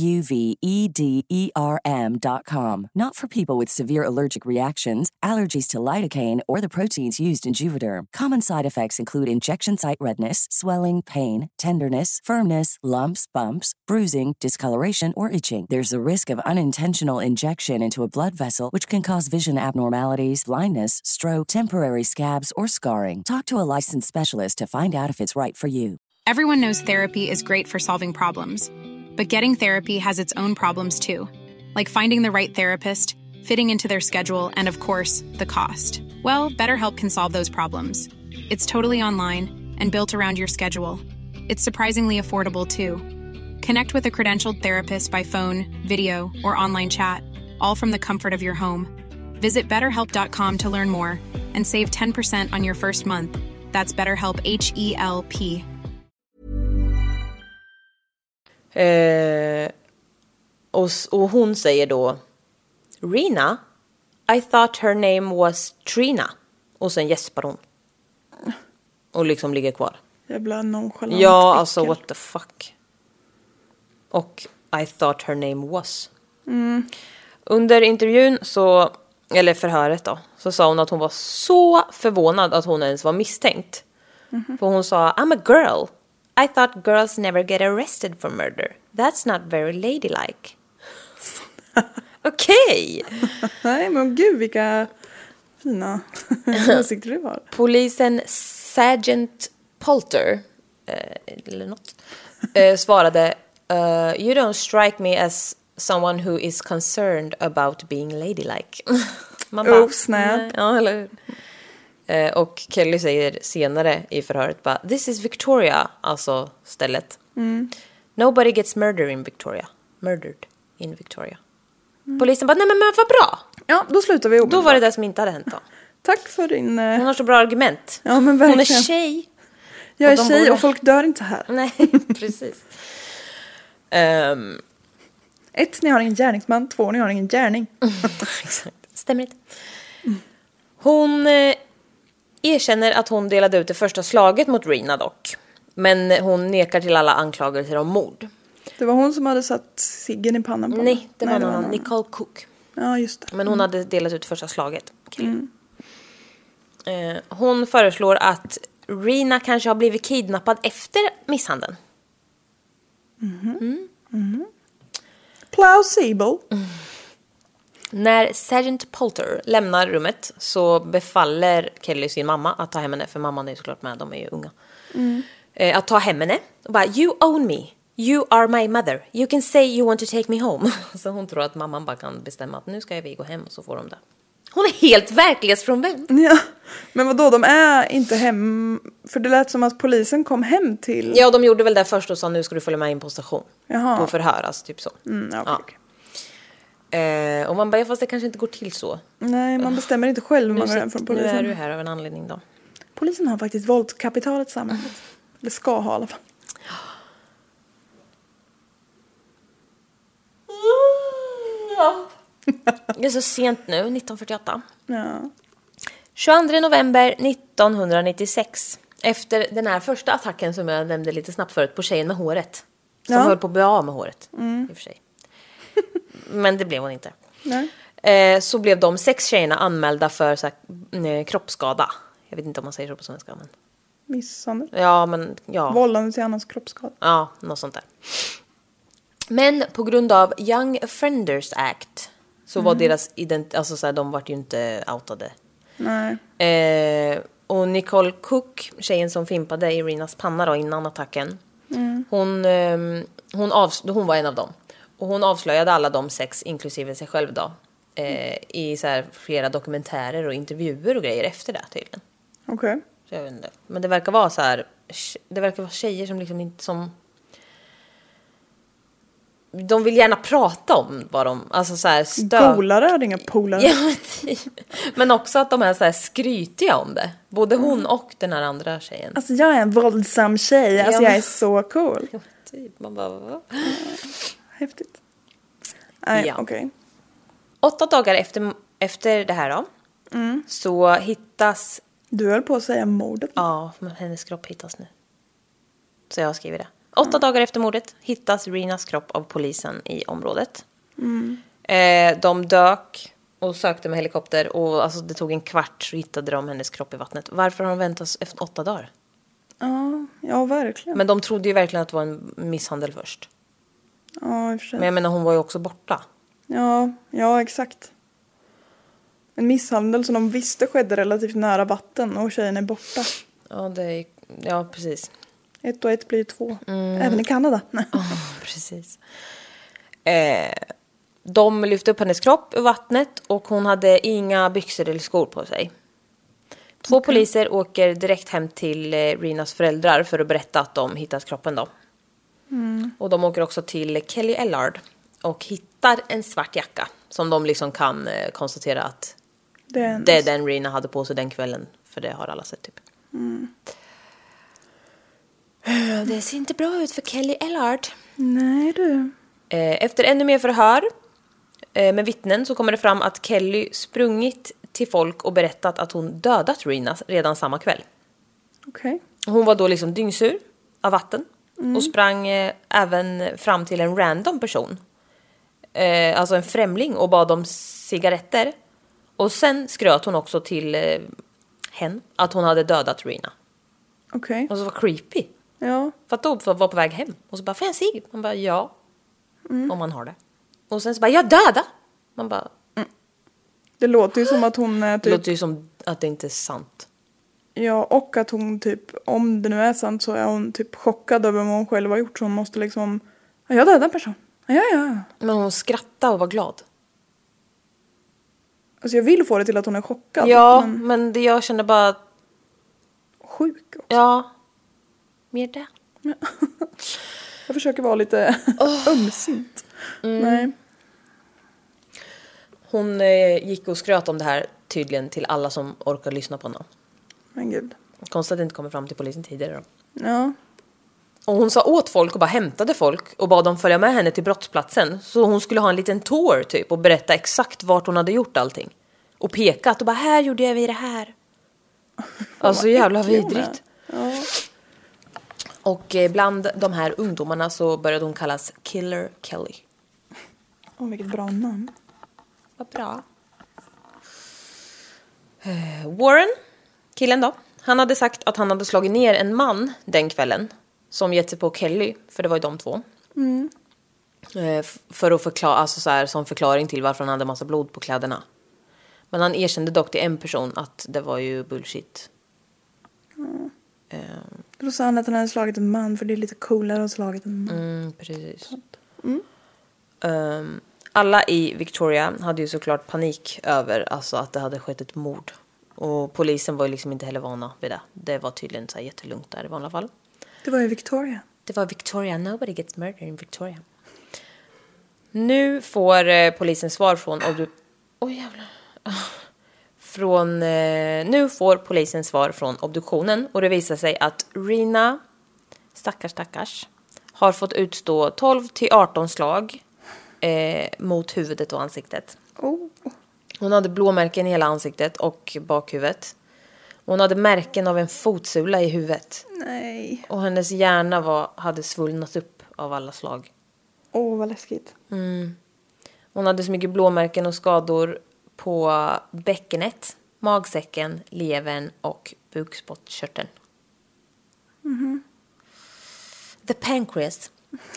Juvederm.com. Not for people with severe allergic reactions, allergies to lidocaine, or the proteins used in Juvederm. Common side effects include injection site redness, swelling, pain, tenderness, firmness, lumps, bumps, bruising, discoloration, or itching. There's a risk of unintentional injection into a blood vessel, which can cause vision abnormalities, blindness, stroke, temporary scabs, or scarring. Talk to a licensed specialist to find out if it's right for you. Everyone knows therapy is great for solving problems, but getting therapy has its own problems too, like finding the right therapist, fitting into their schedule, and of course, the cost. Well, BetterHelp can solve those problems. It's totally online and built around your schedule. It's surprisingly affordable too. Connect with a credentialed therapist by phone, video, or online chat, all from the comfort of your home. Visit BetterHelp.com to learn more and save 10% on your first month. That's BetterHelp, H-E-L-P. Och hon säger då, Rena, I thought her name was Trina. Och sen gäspar hon. Och liksom ligger kvar. Jävla nonchalant. Ja, alltså what the fuck. Och I thought her name was. Under intervjun så, eller förhöret då, så sa hon att hon var så förvånad att hon ens var misstänkt. För hon sa, I'm a girl. I thought girls never get arrested for murder. That's not very ladylike. Okej. Nej, men gud vilka fina åsikter du har. Polisen Sergeant Poulter eller något svarade you don't strike me as someone who is concerned about being ladylike. Man bara, snap. Ja, eller hur? Och Kelly säger senare i förhöret bara, this is Victoria, alltså stället. Nobody gets murdered in Victoria. Polisen bara, nej men vad bra. Ja, då slutar vi Då var det som inte hade hänt då. Tack för din... Hon har så bra argument. Ja, men verkligen. Hon är tjej. Jag är tjej och folk dör inte här. Nej, precis. 1, ni har ingen gärningsman. 2, ni har ingen gärning. Exakt, stämmer inte. Hon erkänner att hon delade ut det första slaget mot Rena dock. Men hon nekar till alla anklagelser om mord. Det var hon som hade satt ciggen i pannan på. Nej, det var någon Nicole Cook. Ja, just det. Men hon hade delat ut första slaget. Hon föreslår att Rena kanske har blivit kidnappad efter misshandeln. Plausible. När Sergeant Poulter lämnar rummet så befaller Kelly sin mamma att ta hem henne. För mamman är såklart med, de är ju unga. Att ta hem henne och bara, you own me. You are my mother. You can say you want to take me home. Så hon tror att mamman bara kan bestämma att nu ska vi gå hem och så får de det. Hon är helt verklighetsfrånvänd. Ja, men vadå, de är inte hem... För det lät som att polisen kom hem till... Ja, de gjorde väl det först och sa nu ska du följa med in på station. Jaha. På förhör, alltså, typ så. Okay. Och man bara, fast det kanske inte går till så. Nej, man bestämmer inte själv om man går hem från polisen. Nu är du här av en anledning då. Polisen har faktiskt våldskapitalet i samhället. Eller ska ha i alla fall. Ja. Det är så sent nu, 1948. Ja. 22 november 1996. Efter den här första attacken som jag nämnde lite snabbt förut på tjejen med håret. Som höll på att bli av med håret. I och för sig. Men det blev hon inte. Nej. Så blev de 6 tjejerna anmälda för så här, kroppsskada. Jag vet inte om man säger så på svenska. Men... Misshandel. Ja, men ja. Vållande till annans kroppsskada. Ja, något sånt där. Men på grund av Young Offenders Act så var deras alltså så här, de var ju inte outade. Nej. Och Nicole Cook, tjejen som fimpade i Renas panna då innan attacken. Hon var en av dem. Och hon avslöjade alla de 6 inklusive sig själv då. I så här flera dokumentärer och intervjuer och grejer efter det tydligen. Okej. Så jag vet inte. Men det verkar vara så här, det verkar vara tjejer som liksom inte som de vill gärna prata om vad de, alltså så här polare hade inga polare. Ja, men också att de är så här skrytiga om det. Både hon och den här andra tjejen. Alltså jag är en våldsam tjej. Alltså jag är så cool. Ja, typ. Man bara, häftigt. Nej, ja. okej. 8 dagar efter det här då. Så hittas... Du höll på att säga mordet. Ja, men hennes kropp hittas nu. Så jag skriver det. 8 dagar efter mordet hittas Renas kropp av polisen i området. De dök och sökte med helikopter. Och alltså, det tog en kvart så hittade de hennes kropp i vattnet. Varför har de väntat efter 8 dagar? Ja, verkligen. Men de trodde ju verkligen att det var en misshandel först. Ja, i och för sig. Men jag menar, hon var ju också borta. Ja, exakt. En misshandel som de visste skedde relativt nära vatten och tjejen är borta. Ja, precis. 1 och 1 blir 2. Även i Kanada. Precis. De lyfte upp hennes kropp ur vattnet och hon hade inga byxor eller skor på sig. 2 poliser åker direkt hem till Renas föräldrar för att berätta att de hittat kroppen då. Och de åker också till Kelly Ellard och hittar en svart jacka som de liksom kan konstatera att det är den Rena hade på sig den kvällen, för det har alla sett typ. Det ser inte bra ut för Kelly Ellard. Nej du. Efter ännu mer förhör med vittnen så kommer det fram att Kelly sprungit till folk och berättat att hon dödat Rena redan samma kväll. Okej. Hon var då liksom dyngsur av vatten. Och sprang även fram till en random person. Alltså en främling, och bad om cigaretter. Och sen skröt hon också till hen att hon hade dödat Rena. Okej. Och så var creepy. Ja. För att då var på väg hem. Och så bara, får jag en cigg? Man bara, ja. Om man har det. Och sen så bara, jag döda. Man bara... Det låter ju som att hon Det typ... låter ju som att det inte är sant. Ja, och att hon typ, om det nu är sant så är hon typ chockad över vad hon själv har gjort. Så hon måste liksom, ja, jag dödade en person. Ja. Men hon skrattade och var glad. Alltså jag vill få det till att hon är chockad. Ja, men det jag känner bara... Sjuk också. Ja. Mer det. Jag försöker vara lite ömsint. Nej. Hon gick och skröt om det här tydligen till alla som orkar lyssna på henne. Men gud. Konstigt att det inte kommer fram till polisen tidigare då. Ja. Och hon sa åt folk och bara hämtade folk och bad dem följa med henne till brottsplatsen. Så hon skulle ha en liten tour typ och berätta exakt vart hon hade gjort allting. Och pekat och bara, här gjorde jag vi det här. Alltså jävla vidrigt. Ja. Och bland de här ungdomarna så började hon kallas Killer Kelly. Åh, vilket bra namn. Vad bra. Warren, killen då. Han hade sagt att han hade slagit ner en man den kvällen. Som gett sig på Kelly, för det var ju de två. För att förklara, alltså så här, som förklaring till varför han hade massa blod på kläderna. Men han erkände dock till en person att det var ju bullshit. Då sa han att han hade slagit en man, för det är lite coolare att slagit en man. Precis. Alla i Victoria hade ju såklart panik över alltså, att det hade skett ett mord. Och polisen var ju liksom inte heller vana vid det. Det var tydligen så här jättelugnt där i vanliga fall. Det var ju Victoria. Det var Victoria. Nobody gets murdered in Victoria. Nu får polisen svar från... Nu får polisen svar från obduktionen. Och det visar sig att Rena, stackars, har fått utstå 12-18 slag mot huvudet och ansiktet. Hon hade blåmärken i hela ansiktet och bakhuvudet. Hon hade märken av en fotsula i huvudet. Nej. Och hennes hjärna hade svullnat upp av alla slag. Vad läskigt. Hon hade så mycket blåmärken och skador på bäckenet, magsäcken, levern och bukspottkörteln. The pancreas.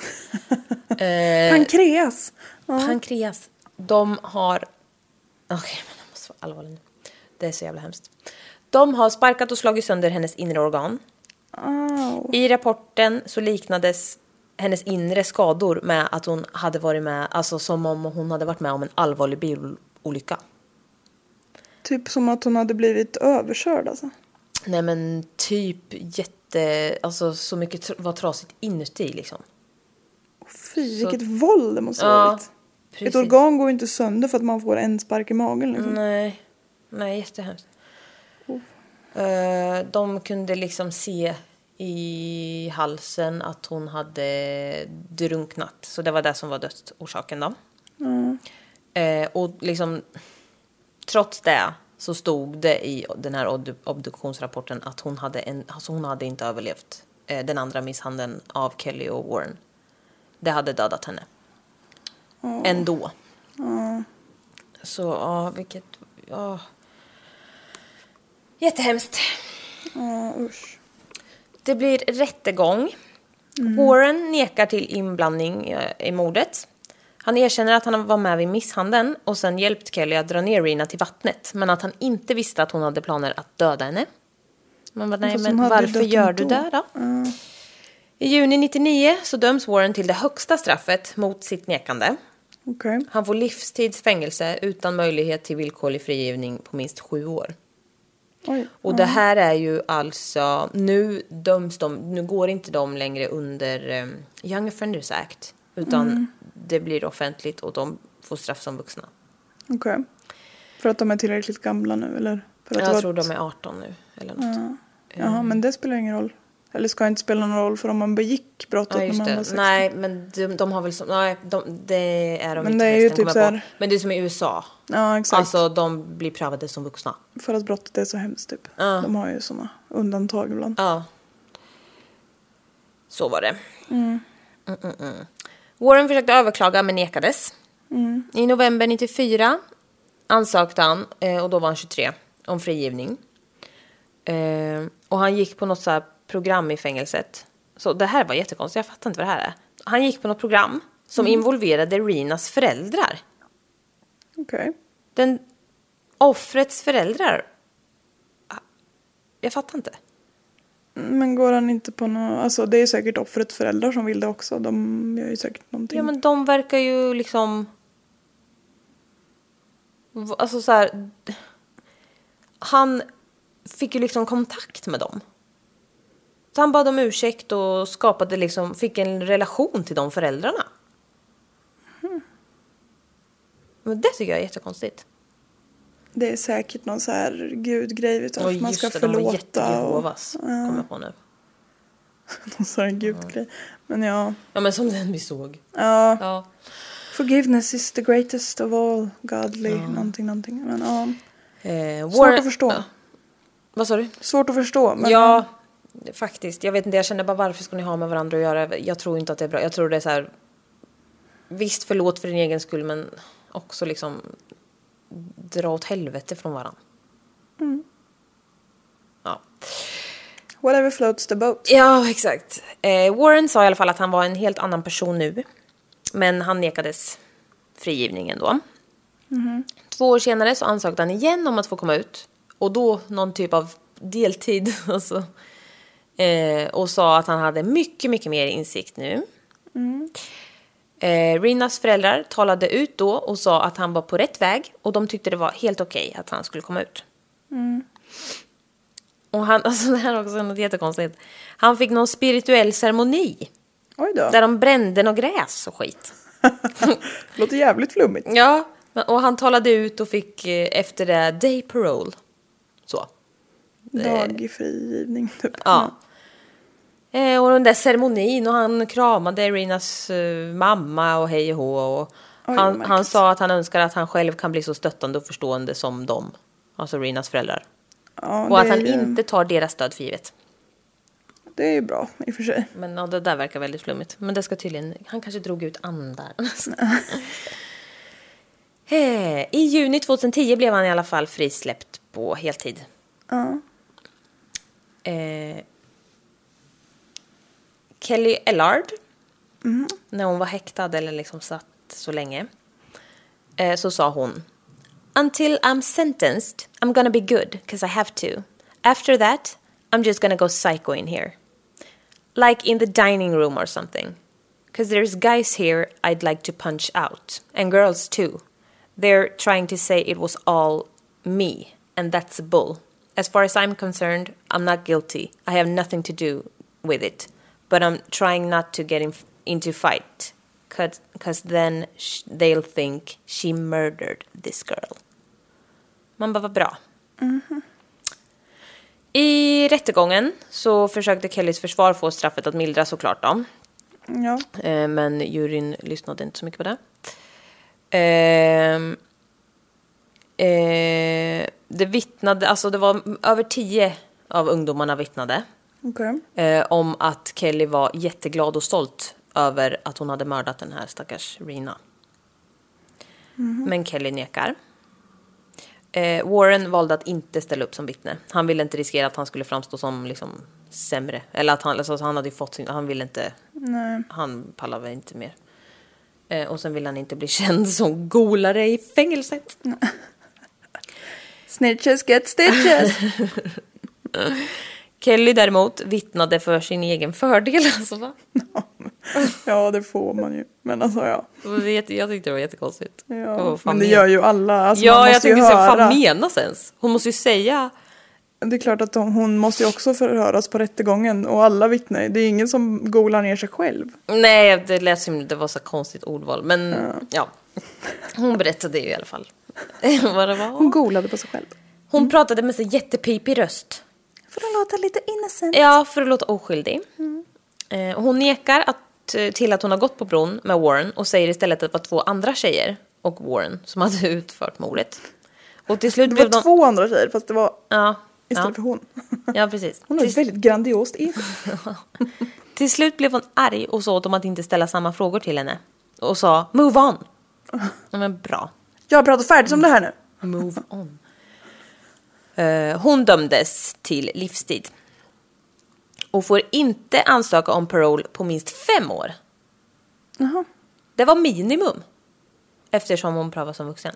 Pankreas. Pankreas. De har... Okej, men jag måste vara allvarlig nu. Det är så jävla hemskt. De har sparkat och slagit sönder hennes inre organ. I rapporten så liknades hennes inre skador med att hon hade varit med, alltså som om hon hade varit med om en allvarlig bilolycka. Typ som att hon hade blivit överkörd alltså. Nej men typ alltså så mycket var trasigt inuti liksom. Fy, vilket våld det måste ha varit. Precis. Ett organ går inte sönder för att man får en spark i magen liksom. Nej, jättehemskt. De kunde liksom se i halsen att hon hade drunknat. Så det var det som var dödsorsaken då. Och liksom trots det så stod det i den här obduktionsrapporten att hon hade inte överlevt den andra misshandeln av Kelly och Warren. Det hade dödat henne. Ändå. Så vilket... Jättehemskt. Usch. Det blir rättegång. Warren nekar till inblandning i mordet. Han erkänner att han var med vid misshandeln och sen hjälpt Kelly att dra ner Rena till vattnet. Men att han inte visste att hon hade planer att döda henne. Man bara, nej, men varför gör du det då? I juni 99 så döms Warren till det högsta straffet mot sitt nekande. Okay. Han får livstidsfängelse utan möjlighet till villkorlig frigivning på minst 7 år. Och det här är ju alltså, nu går inte de längre under Young Offenders Act, utan det blir offentligt och de får straff som vuxna. Okej. För att de är tillräckligt gamla nu, eller? För att jag tror de är 18 nu eller något. Jaha, men det spelar ingen roll. Eller ska inte spela någon roll för om man begick brottet när man var 16. Nej, men de har väl det är de men inte. Det är ju typ så här... Men det är som i USA. Ja, exakt. Alltså de blir prövade som vuxna. För att brottet är så hemskt typ. De har ju såna undantag ibland. Ja. Så var det. Warren försökte överklaga men nekades. I november 94 ansökte han, och då var han 23, om frigivning. Och han gick på något så här program i fängelset. Så det här var jättekonstigt, jag fattar inte vad det här är. Han gick på något program som involverade Rinas föräldrar. Okej. Offrets föräldrar. Jag fattar inte. Men går han inte på något... Alltså det är säkert offrets föräldrar som vill det också. De gör ju säkert någonting. Ja, men de verkar ju liksom... Alltså så här... Han fick ju liksom kontakt med dem. Så han bad om ursäkt och skapade liksom... Fick en relation till de föräldrarna. Men det tycker jag är jättekonstigt. Det är säkert någon så här gudgrej utan att man ska förlåta. De var jättejehovas, kommer jag på nu. Någon sån här gudgrej. Men ja. Ja, men som den vi såg. Ja. Forgiveness is the greatest of all godly. Någonting. Men ja. Svårt att förstå. Ja. Vad sa du? Svårt att förstå. Men ja, faktiskt. Jag vet inte, jag känner bara varför ska ni ha med varandra att göra? Jag tror inte att det är bra. Jag tror det är så här... Visst, förlåt för din egen skull, men också liksom... dra åt helvete från varann. Ja. Whatever floats the boat. Ja, exakt. Warren sa i alla fall att han var en helt annan person nu. Men han nekades frigivningen då. 2 år senare så ansökte han igen om att få komma ut. Och då någon typ av deltid. Alltså. Och sa att han hade mycket, mycket mer insikt nu. Rinas föräldrar talade ut då och sa att han var på rätt väg. Och de tyckte det var helt okej att han skulle komma ut. Och han, alltså det här är också något jättekonstigt. Han fick någon spirituell ceremoni. Oj då. Där de brände något gräs och skit. Låter jävligt flummigt. Ja, och han talade ut och fick efter det day parole. Så. Dagfrigivning typ. Ja. Och den där ceremonin och han kramade Rinas mamma och hej och hå. Och han sa att han önskar att han själv kan bli så stöttande och förstående som dem. Alltså Rinas föräldrar. Ja, och att han inte tar deras stöd för givet. Det är ju bra i och för sig. Men ja, det där verkar väldigt flummigt. Men det ska tydligen... Han kanske drog ut andar. I juni 2010 blev han i alla fall frisläppt på heltid. Ja. Kelly Ellard. När hon var häktad eller liksom satt så länge. Så sa hon... Until I'm sentenced, I'm gonna be good, because I have to. After that, I'm just gonna go psycho in here. Like in the dining room or something. Because there's guys here I'd like to punch out. And girls too. They're trying to say it was all me. And that's bull. As far as I'm concerned, I'm not guilty. I have nothing to do with it. But I'm trying not to get into fight. Because then they'll think she murdered this girl. Man bara, vad bra. I rättegången så försökte Kellys försvar få straffet att mildra såklart då. Ja. Men juryn lyssnade inte så mycket på det. Det vittnade, alltså det var över 10 av ungdomarna vittnade. Okay. Om att Kelly var jätteglad och stolt över att hon hade mördat den här stackars Rina. Men Kelly nekar. Warren valde att inte ställa upp som vittne. Han ville inte riskera att han skulle framstå som liksom sämre. Eller att han, alltså, han hade fått sin... Han ville inte... Nej. Han pallade inte mer. Och sen ville han inte bli känd som golare i fängelset. Snitches get stitches. Kelly däremot vittnade för sin egen fördel. Alltså, va? Ja, det får man ju. Men alltså, ja. Jag tyckte det var jättekonstigt. Ja, men det gör ju alla. Alltså, ja, man måste jag tänkte ju säga, höra. vad menas ens? Hon måste ju säga... Det är klart att hon måste ju också förhöras på rättegången. Och alla vittnar. Det är ingen som golar ner sig själv. Nej, det lät som det var så konstigt ordval. Men ja. Hon berättade ju i alla fall vad det var. Hon golade på sig själv. Hon pratade med sig jättepipig röst. För att låta lite innocent. Ja, för att låta oskyldig. Hon nekar till att hon har gått på bron med Warren och säger istället att det var 2 andra tjejer och Warren som hade utfört mordet. Och till slut det var 2 andra tjejer, fast det var istället för hon. Ja, precis. Hon har ett väldigt grandiost ego. Till slut blev hon arg och sa åt dem att inte ställa samma frågor till henne. Och sa, move on. Ja, men bra. Jag har pratat färdigt om det här nu. Move on. Hon dömdes till livstid. Och får inte ansöka om parole på minst 5 år. Jaha. Det var minimum. Eftersom hon prövade som vuxen.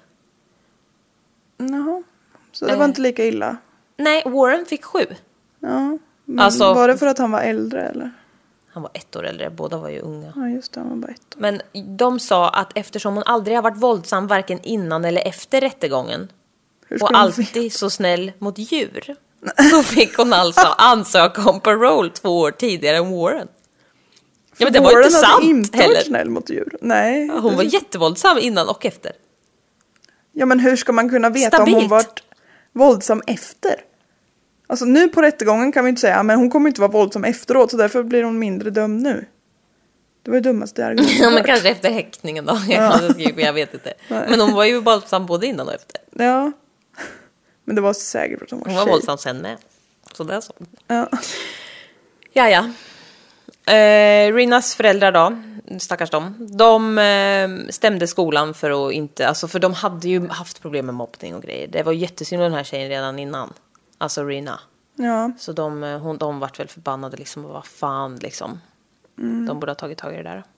Jaha. Så det var inte lika illa. Nej, Warren fick 7. Ja. Men Alltså, var det för att han var äldre eller? Han var 1 år äldre, båda var ju unga. Ja, just det, han var bara 1 år. Men de sa att eftersom hon aldrig har varit våldsam varken innan eller efter rättegången och alltid så snäll mot djur, så fick hon alltså ansöka om parole 2 år tidigare än Warren. Ja, men det var inte sant inte heller. Varit snäll mot djur. Nej. Hon var jättevåldsam innan och efter. Ja, men hur ska man kunna veta Stabilt. om hon varit våldsam efter? Alltså nu på rättegången kan vi inte säga, men hon kommer inte vara våldsam efteråt, så därför blir hon mindre dömd nu. Det var ju dummaste argumentet. Ja, men kanske efter häktningen då. Jag vet inte. Men hon var ju våldsam både innan och efter. Ja. Men det var säkert att hon var Hon var tjej. våldsam sen med. Så det är så. Ja. Ja. Rinas föräldrar då, stackars de stämde skolan för att inte, alltså för de hade ju haft problem med mobbning och grejer. Det var jättesynd om den här tjejen redan innan. Alltså Rina. Ja. Så de vart väl förbannade liksom, vad fan liksom. De borde ha tagit tag i det där.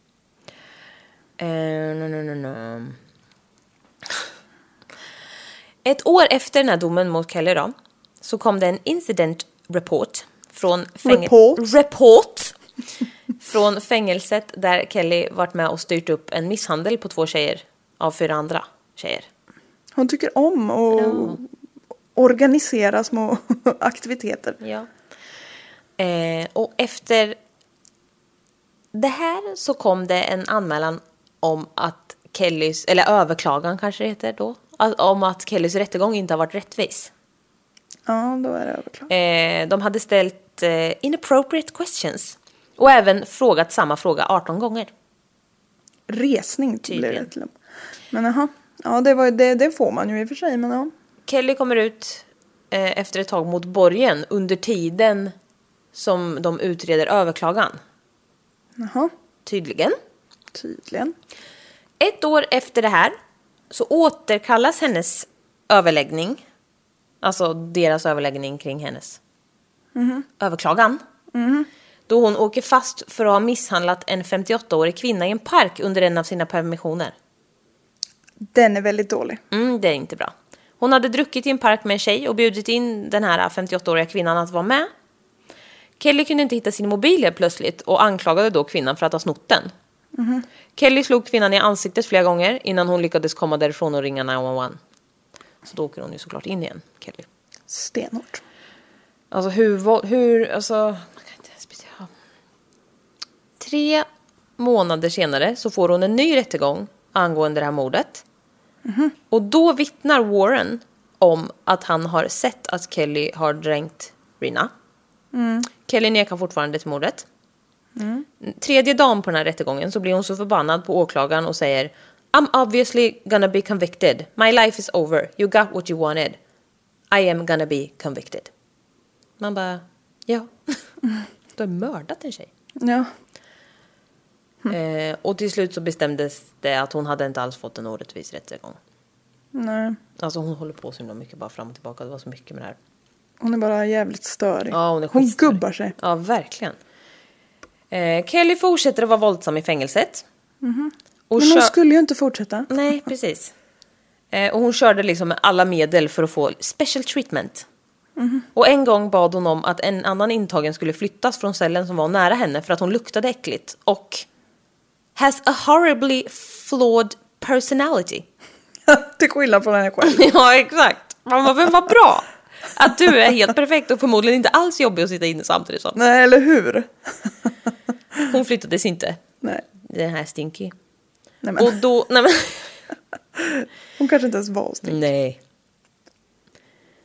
Ett år efter den här domen mot Kelly då, så kom det en incident report från från fängelset där Kelly varit med och styrt upp en misshandel på 2 tjejer av 4 andra tjejer. Hon tycker om att organisera små aktiviteter. Ja. Och efter det här så kom det en anmälan om att Kellys, eller överklagan kanske det heter då, om att Kellys rättegång inte har varit rättvis. Ja, då är det överklagat. De hade ställt inappropriate questions och även frågat samma fråga 18 gånger. Resning blev det till. Men jaha. Ja, det får man ju i och för sig, men ja. Kelly kommer ut efter ett tag mot borgen under tiden som de utreder överklagan. Jaha. Tydligen. 1 år efter det här så återkallas hennes överläggning. Alltså deras överläggning kring hennes överklagan. Då hon åker fast för att ha misshandlat en 58-årig kvinna i en park under en av sina permissioner. Den är väldigt dålig. Det är inte bra. Hon hade druckit i en park med en tjej och bjudit in den här 58-åriga kvinnan att vara med. Kelly kunde inte hitta sin mobil helt plötsligt och anklagade då kvinnan för att ha snott den. Kelly slog kvinnan i ansiktet flera gånger innan hon lyckades komma därifrån och ringa 911. Så då åker hon ju såklart in igen, Kelly. Stenhårt. Alltså hur alltså 3 månader senare så får hon en ny rättegång angående det här mordet. Och då vittnar Warren om att han har sett att Kelly har dränkt Rina. Kelly nekar fortfarande till mordet. 3:e dagen på den här rättegången så blir hon så förbannad på åklagaren och säger I'm obviously gonna be convicted. My life is over. You got what you wanted. I am gonna be convicted. Man bara, ja. Du har mördat en tjej. Ja. Och till slut så bestämdes det att hon hade inte alls fått en orättvis rättegång. Nej. Alltså hon håller på så himla mycket bara fram och tillbaka. Det var så mycket med det här. Hon är bara jävligt störig. Ja, hon gubbar sig. Ja, verkligen. Kelly fortsätter att vara våldsam i fängelset. Och men hon skulle ju inte fortsätta. Nej, precis. Och hon körde liksom med alla medel för att få special treatment. Och en gång bad hon om att en annan intagen skulle flyttas från cellen som var nära henne för att hon luktade äckligt. Och has a horribly flawed personality. Till skillnad från henne själv. Ja, exakt. Men vad bra. Att du är helt perfekt och förmodligen inte alls jobbig att sitta inne samtidigt som. Nej, eller hur? Hon flyttades inte. Nej. Den här Stinky. Nej, men. Och då... Nej, men... Hon kanske inte ens var Stinky. Nej.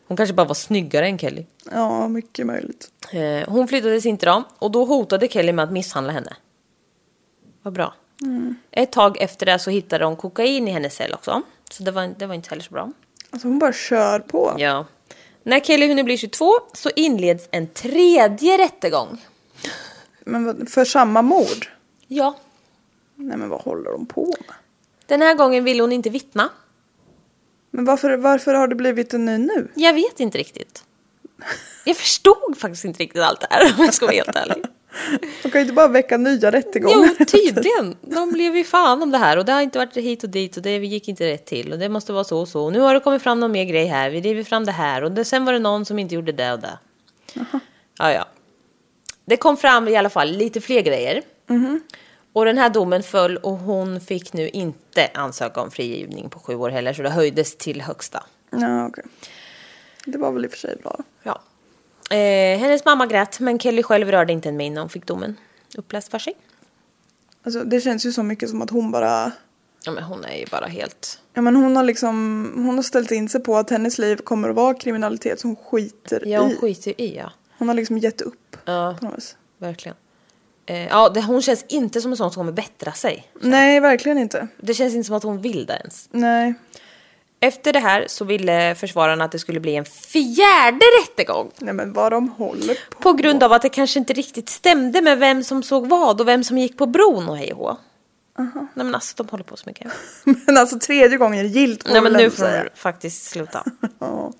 Hon kanske bara var snyggare än Kelly. Ja, mycket möjligt. Hon flyttades inte då. Och då hotade Kelly med att misshandla henne. Vad bra. Ett tag efter det så hittade de kokain i hennes cell också. Så det var inte heller så bra. Alltså hon bara kör på. Ja. När Kelly hinner bli 22 så inleds en tredje rättegång. Men för samma mord? Ja. Nej, men vad håller de på med? Den här gången vill hon inte vittna. Men varför har det blivit en ny nu? Jag vet inte riktigt. Jag förstod faktiskt inte riktigt allt det här, om jag ska vara helt ärlig. De kan ju inte bara väcka nya rättegångar. Jo, tydligen. De blev ju fan om det här. Och det har inte varit hit och dit. Och det gick inte rätt till. Och det måste vara så och så. Och nu har det kommit fram någon mer grej här. Vi driver fram det här. Och sen var det någon som inte gjorde det och det. Ja. Det kom fram i alla fall lite fler grejer. Och den här domen föll. Och hon fick nu inte ansöka om frigivning på 7 år heller. Så det höjdes till högsta. Ja, okej. Det var väl i och för sig bra. Ja. Hennes mamma grät. Men Kelly själv rörde inte en min när hon fick domen uppläst för sig. Alltså det känns ju så mycket som att hon bara... Ja, men hon är ju bara helt... Ja, men hon har ställt in sig på att hennes liv kommer att vara kriminalitet som hon skiter i. Ja, hon skiter i, ja. Hon har liksom gett upp. Ja, på något vis. Verkligen. Hon känns inte som en sån som kommer bättra sig. Nej, verkligen inte. Det känns inte som att hon vill det ens. Nej. Efter det här så ville försvararna att det skulle bli en 4:e rättegång. Nej, men vad de håller på. På grund av att det kanske inte riktigt stämde med vem som såg vad och vem som gick på bron och hej och hå. Nej, men alltså de håller på så mycket. Men alltså 3:e gången är gilt. Nej, men nu får de faktiskt sluta. Ja.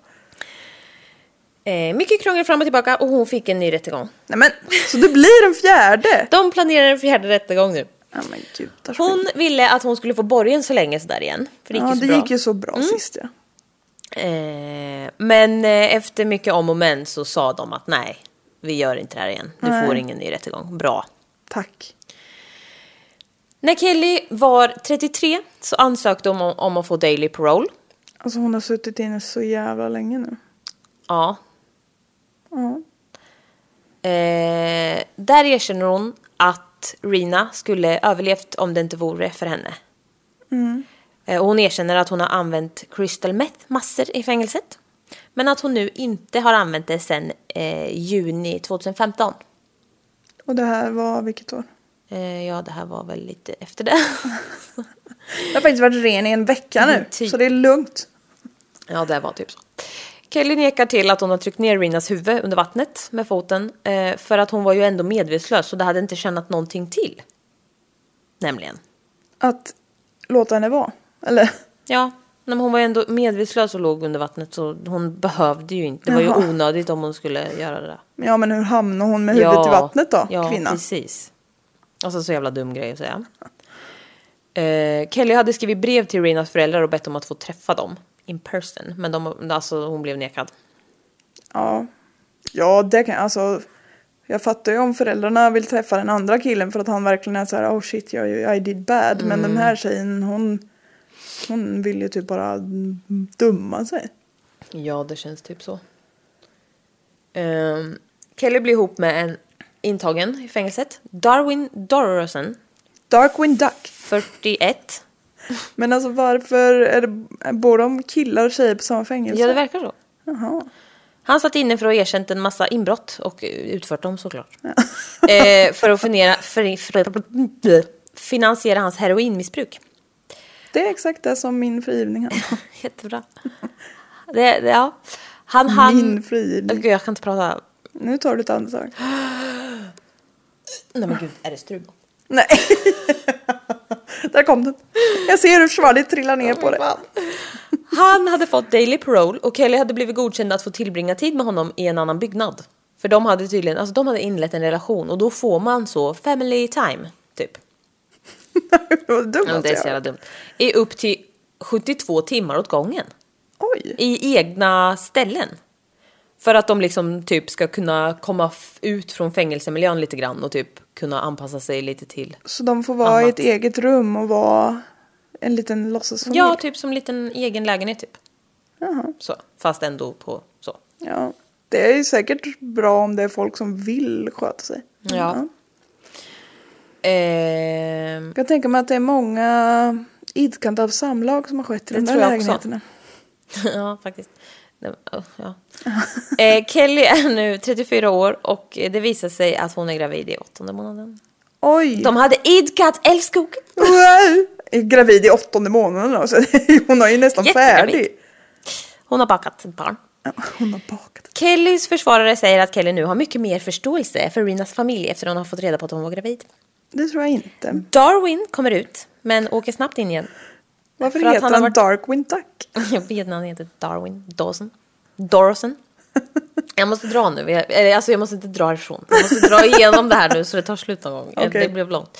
Mycket krångel fram och tillbaka och hon fick en ny rättegång. Nej, men så det blir en 4:e. De planerar en 4:e rättegång nu. Ja, men gud, hon ville att hon skulle få borgen så länge så där igen. För det gick gick ju så bra sist, ja. Men efter mycket om och men så sa de att nej, vi gör inte det här igen. Du får ingen ny rättegång. Bra. Tack. När Kelly var 33 så ansökte hon om att få daily parole. Alltså hon har suttit inne så jävla länge nu. Ja. Där erkänner hon att Rena skulle överlevt om det inte vore för henne. Och hon erkänner att hon har använt crystal meth massor i fängelset. Men att hon nu inte har använt det sedan juni 2015. Och det här var vilket år? Ja, det här var väl lite efter det. Det har faktiskt varit ren i en vecka nu, så det är lugnt. Ja, det var typ så. Kelly nekar till att hon har tryckt ner Renas huvud under vattnet med foten. För att hon var ju ändå medvetslös så det hade inte kännat någonting till. Nämligen. Att låta henne vara, eller? Ja, men hon var ju ändå medvetslös och låg under vattnet så hon behövde ju inte. Det var ju onödigt om hon skulle göra det. Ja, men hur hamnade hon med huvudet i vattnet då, kvinnan? Ja, precis. Alltså så jävla dum grej att säga. Kelly hade skrivit brev till Renas föräldrar och bett om att få träffa dem in person. Men hon blev nekad. Ja, det kan alltså... Jag fattar ju om föräldrarna vill träffa den andra killen för att han verkligen är så här, oh shit, I did bad. Men den här tjejen, hon vill ju typ bara dumma sig. Ja, det känns typ så. Kelly blir ihop med en intagen i fängelset. Darwin Dorrison. Darkwing Duck. 41. Men alltså varför bor de killar och tjejer på samma fängelse? Ja, det verkar så. Jaha. Han satt inne för att ha erkänt en massa inbrott och utfört dem såklart. Ja. För att finansiera hans heroinmissbruk. Det är exakt det som min frigivning handlar. Jättebra. Ja. Min frigivning. Gud, jag kan inte prata. Nu tar du ett andetag. Nej men gud, är det strul? Nej. Där kom den. Jag ser hur svarligt trillar ner på det. Han hade fått daily parole och Kelly hade blivit godkänd att få tillbringa tid med honom i en annan byggnad. För de hade tydligen, alltså de hade inlett en relation och då får man så family time, typ. Det var dumt. Ja, det är så jävla dumt. I upp till 72 timmar åt gången. Oj. I egna ställen. För att de liksom typ ska kunna komma ut från fängelsemiljön lite grann och typ kunna anpassa sig lite till. Så de får vara i ett eget rum och vara en liten låtsasfamilj? Ja, typ som en liten egen lägenhet typ. Jaha. Så, fast ändå på så. Ja, det är ju säkert bra om det är folk som vill sköta sig. Ja. Jag kan tänka mig att det är många idkande av samlag som har skett i de där lägenheterna. Ja, faktiskt. Ja. Kelly är nu 34 år och det visar sig att hon är gravid i 8:e månaden. Oj! De hade idkat älskog. Gravid i 8:e månaden då, så hon är ju nästan färdig. Hon har bakat ett barn. Ja, hon har bakat. Kellys försvarare säger att Kelly nu har mycket mer förståelse för Rinas familj efter att hon har fått reda på att hon var gravid. Det tror jag inte. Darwin kommer ut, men åker snabbt in igen. Varför heter han Darkwing Duck? Jag vet när han heter Darwin Dawson. Jag måste dra nu. Jag måste inte dra ifrån. Jag måste dra igenom det här nu så det tar slut någon gång. Okay. Det blev långt.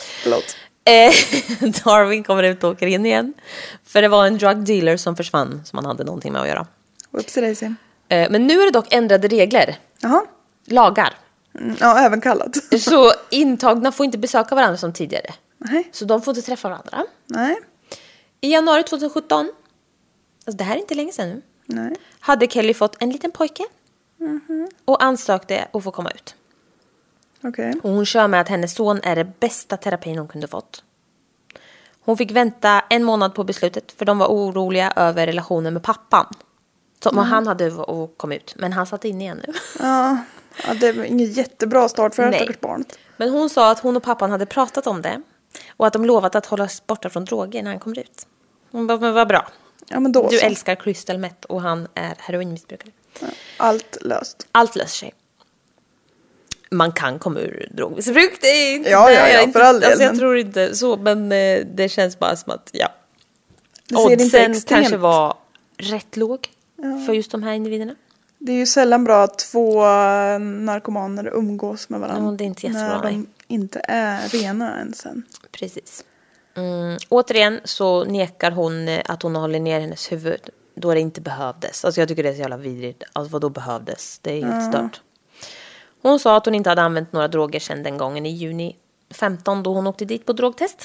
Darwin kommer ut och åker in igen. För det var en drug dealer som försvann som han hade någonting med att göra. Men nu är det dock ändrade regler. Jaha. Lagar. Ja, även kallat. Så intagna får inte besöka varandra som tidigare. Nej. Så de får inte träffa varandra. Nej. I januari 2017, alltså det här är inte länge sedan nu, nej, hade Kelly fått en liten pojke och ansökte att få komma ut. Okay. Och hon kör med att hennes son är det bästa terapin hon kunde fått. Hon fick vänta 1 månad på beslutet för de var oroliga över relationen med pappan. Som han hade och kom ut, men han satt inne igen nu. Ja, det var ingen jättebra start för stackars barnet. Men hon sa att hon och pappan hade pratat om det. Och att de lovat att hålla borta från droger när han kommer ut. Hon bara, men vad bra. Ja, men då du så. Älskar crystal meth och han är heroinmissbrukare. Ja, allt löst. Allt löser sig. Man kan komma ur drogmissbruk. Det är inte ja, för all del. Alltså, jag tror inte så, men det känns bara som att, ja. Oddsen kanske var rätt låg för just de här individerna. Det är ju sällan bra att 2 narkomaner umgås med varandra. Ja, det är inte jättebra. När de inte är rena än sen. Precis. Återigen så nekar hon att hon håller ner hennes huvud då det inte behövdes. Alltså jag tycker det är så jävla vidrigt. Alltså vad då behövdes? Det är helt stört. Hon sa att hon inte hade använt några droger sedan den gången i juni 15 då hon åkte dit på drogtest.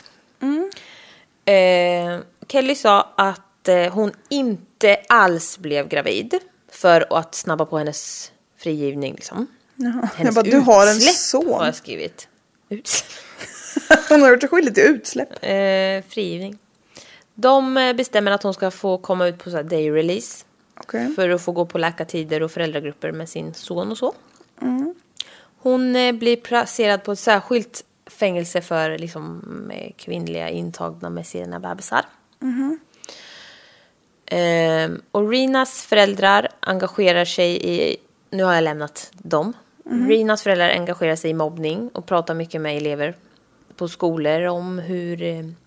Kelly sa att hon inte alls blev gravid för att snabba på hennes frigivning liksom. Jag bara, du har en son. Har jag skrivit. Utsläpp. Hon har gjort sig skyldig till utsläpp. Frigivning. De bestämmer att hon ska få komma ut på så här day release. Okay. För att få gå på läkartider och föräldragrupper med sin son och så. Hon blir placerad på ett särskilt fängelse för liksom, kvinnliga intagna med sina bebisar. Och Rinas föräldrar engagerar sig i... Nu har jag lämnat dem. Rinas föräldrar engagerar sig i mobbning och pratar mycket med elever på skolor om hur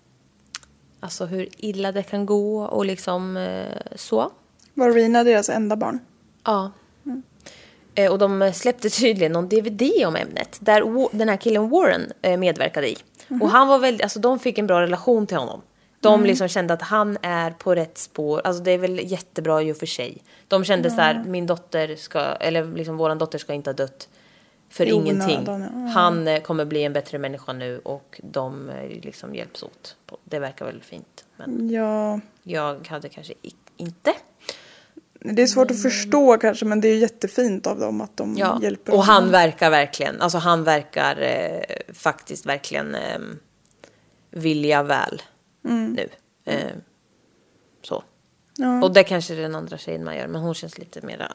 illa det kan gå och liksom så. Var Rina deras enda barn? Ja. Och de släppte tydligen någon DVD om ämnet där den här killen Warren medverkade i. Och han var väldigt, alltså de fick en bra relation till honom. De liksom kände att han är på rätt spår. Alltså det är väl jättebra ju för sig. De kände så här, min dotter ska, eller liksom våran dotter ska inte ha dött för ingenting. Han kommer bli en bättre människa nu och de liksom hjälps åt. Det verkar väl fint. Men jag hade kanske inte. Det är svårt att förstå kanske, men det är jättefint av dem att de hjälper. Och han verkar verkligen, alltså han verkar faktiskt verkligen vilja väl nu. Så. Ja. Och det kanske den andra tjejen man gör, men hon känns lite mera...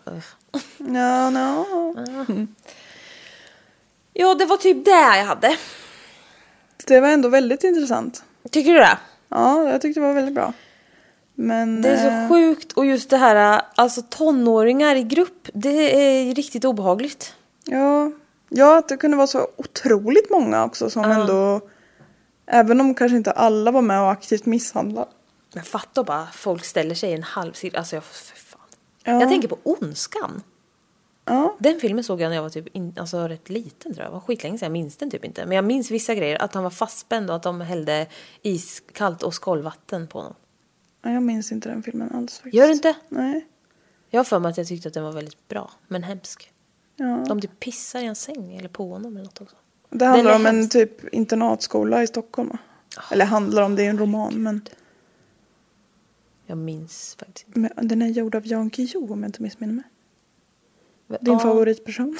Ja, det var typ det jag hade. Det var ändå väldigt intressant. Tycker du det? Ja, jag tyckte det var väldigt bra. Men, det är så sjukt. Och just det här, alltså tonåringar i grupp, det är riktigt obehagligt. Ja, att det kunde vara så otroligt många också som ändå, även om kanske inte alla var med och aktivt misshandlade. Men fatta bara, folk ställer sig i en halvcirkel. Alltså för fan. Jag tänker på Ondskan. Ja. Den filmen såg jag när jag var typ rätt liten, tror jag. Det var skitlänge sedan, jag minns den typ inte. Men jag minns vissa grejer, att han var fastspänd och att de hällde iskallt och skållvatten på honom. Ja, jag minns inte den filmen alls faktiskt. Gör du inte? Nej. Jag har för mig att jag tyckte att den var väldigt bra, men hemsk. Ja. De typ pissar i en säng eller på honom eller något också. Det handlar om en typ internatskola i Stockholm. Eller handlar om, det är en roman, men... Jag minns faktiskt inte. Men den är gjord av Jan Guillou, om jag inte missminner mig. Din favoritperson.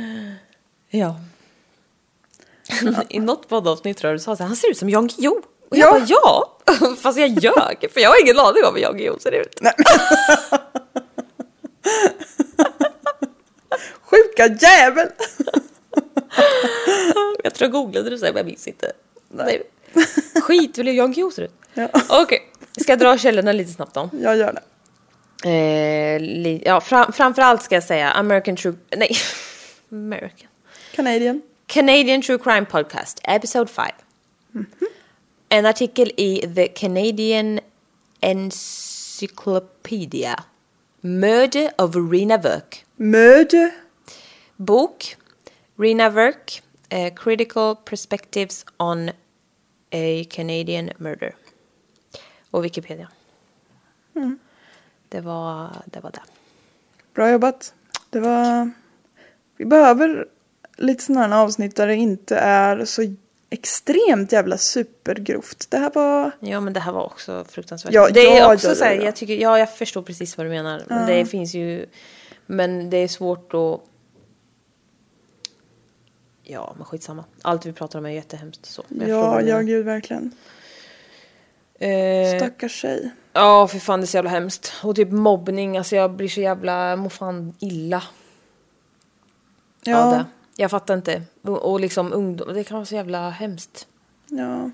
Ja. I något poddavsnitt tror jag du sa så här, han ser ut som Jan Guillou. Och jag bara, ja. Fast jag ljög. För jag har ingen aning om hur jag och Guillaume ser ut. Nej. Sjuka jävel. Jag tror jag googlade det så men jag minns inte. Nej. Skit, vill jag och Guillaume ser ut? Ja. Okej, ska jag dra källorna lite snabbt då? Jag gör det. Framförallt ska jag säga American Canadian True Crime Podcast, Episode 5. En artikel i The Canadian Encyclopedia. Murder of Rena Verk. Murder. Bok Rena Verk, Critical Perspectives on a Canadian Murder. Och Wikipedia. Det var det. Bra jobbat. Vi behöver lite sådana här avsnitt där det inte är så extremt jävla supergrovt. Det här var... Ja, men det här var också fruktansvärt. Ja, det är också så här, jag tycker, jag förstår precis vad du menar. Men det finns ju... Men det är svårt att... Ja, men skitsamma. Allt vi pratar om är jättehemskt. Så. Gud, verkligen. Stackars tjej. Ja, för fan, det är så jävla hemskt. Och typ mobbning, alltså jag blir så jävla... Mår fan illa. Ja. Jag fattar inte. Och liksom ungdom, det kan vara så jävla hemskt. Ja.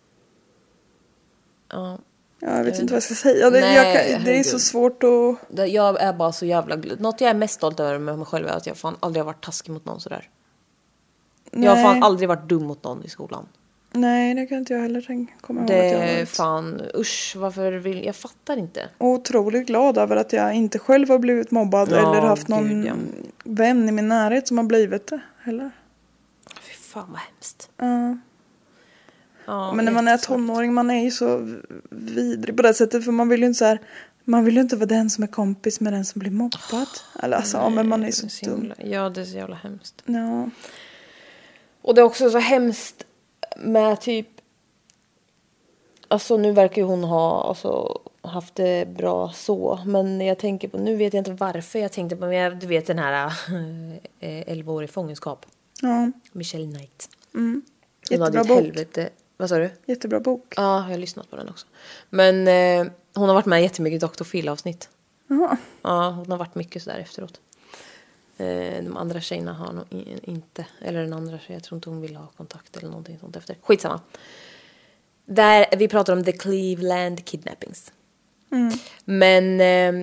Ja. Jag vet inte vad jag ska säga. Det är så svårt att... Jag är bara så jävla glad. Något jag är mest stolt över med mig själv är att jag fan aldrig har varit taskig mot någon sådär. Nej. Jag har fan aldrig varit dum mot någon i skolan. Nej, det kan inte jag heller komma ihåg att jag har varit. Fan, varför vill... Jag fattar inte. Otroligt glad över att jag inte själv har blivit mobbad eller haft någon vän i min närhet som har blivit det heller. Fy fan vad hemskt. Men när man är tonåring, man är ju så vidrig på det sättet, för man vill ju inte så här, man vill ju inte vara den som är kompis med den som blir mobbad. Eller alltså, men man är så dum. Ja, det är så jävla hemskt. Ja. Och det är också så hemskt med typ... Alltså nu verkar ju hon ha haft det bra så. Men jag tänker på... Nu vet jag inte varför jag tänkte på... Men du vet den här 11 år i fångenskap. Ja. Michelle Knight. Jättebra bok. Helvete. Vad sa du? Jättebra bok. Ja, jag har lyssnat på den också. Men hon har varit med jättemycket i Dr. Phil-avsnitt. Jaha. Ja, hon har varit mycket sådär efteråt. De andra tjejerna har nog inte. Eller den andra tjejen, jag tror inte hon vill ha kontakt eller någonting sånt efter. Skitsamma. Där vi pratar om The Cleveland Kidnappings. Men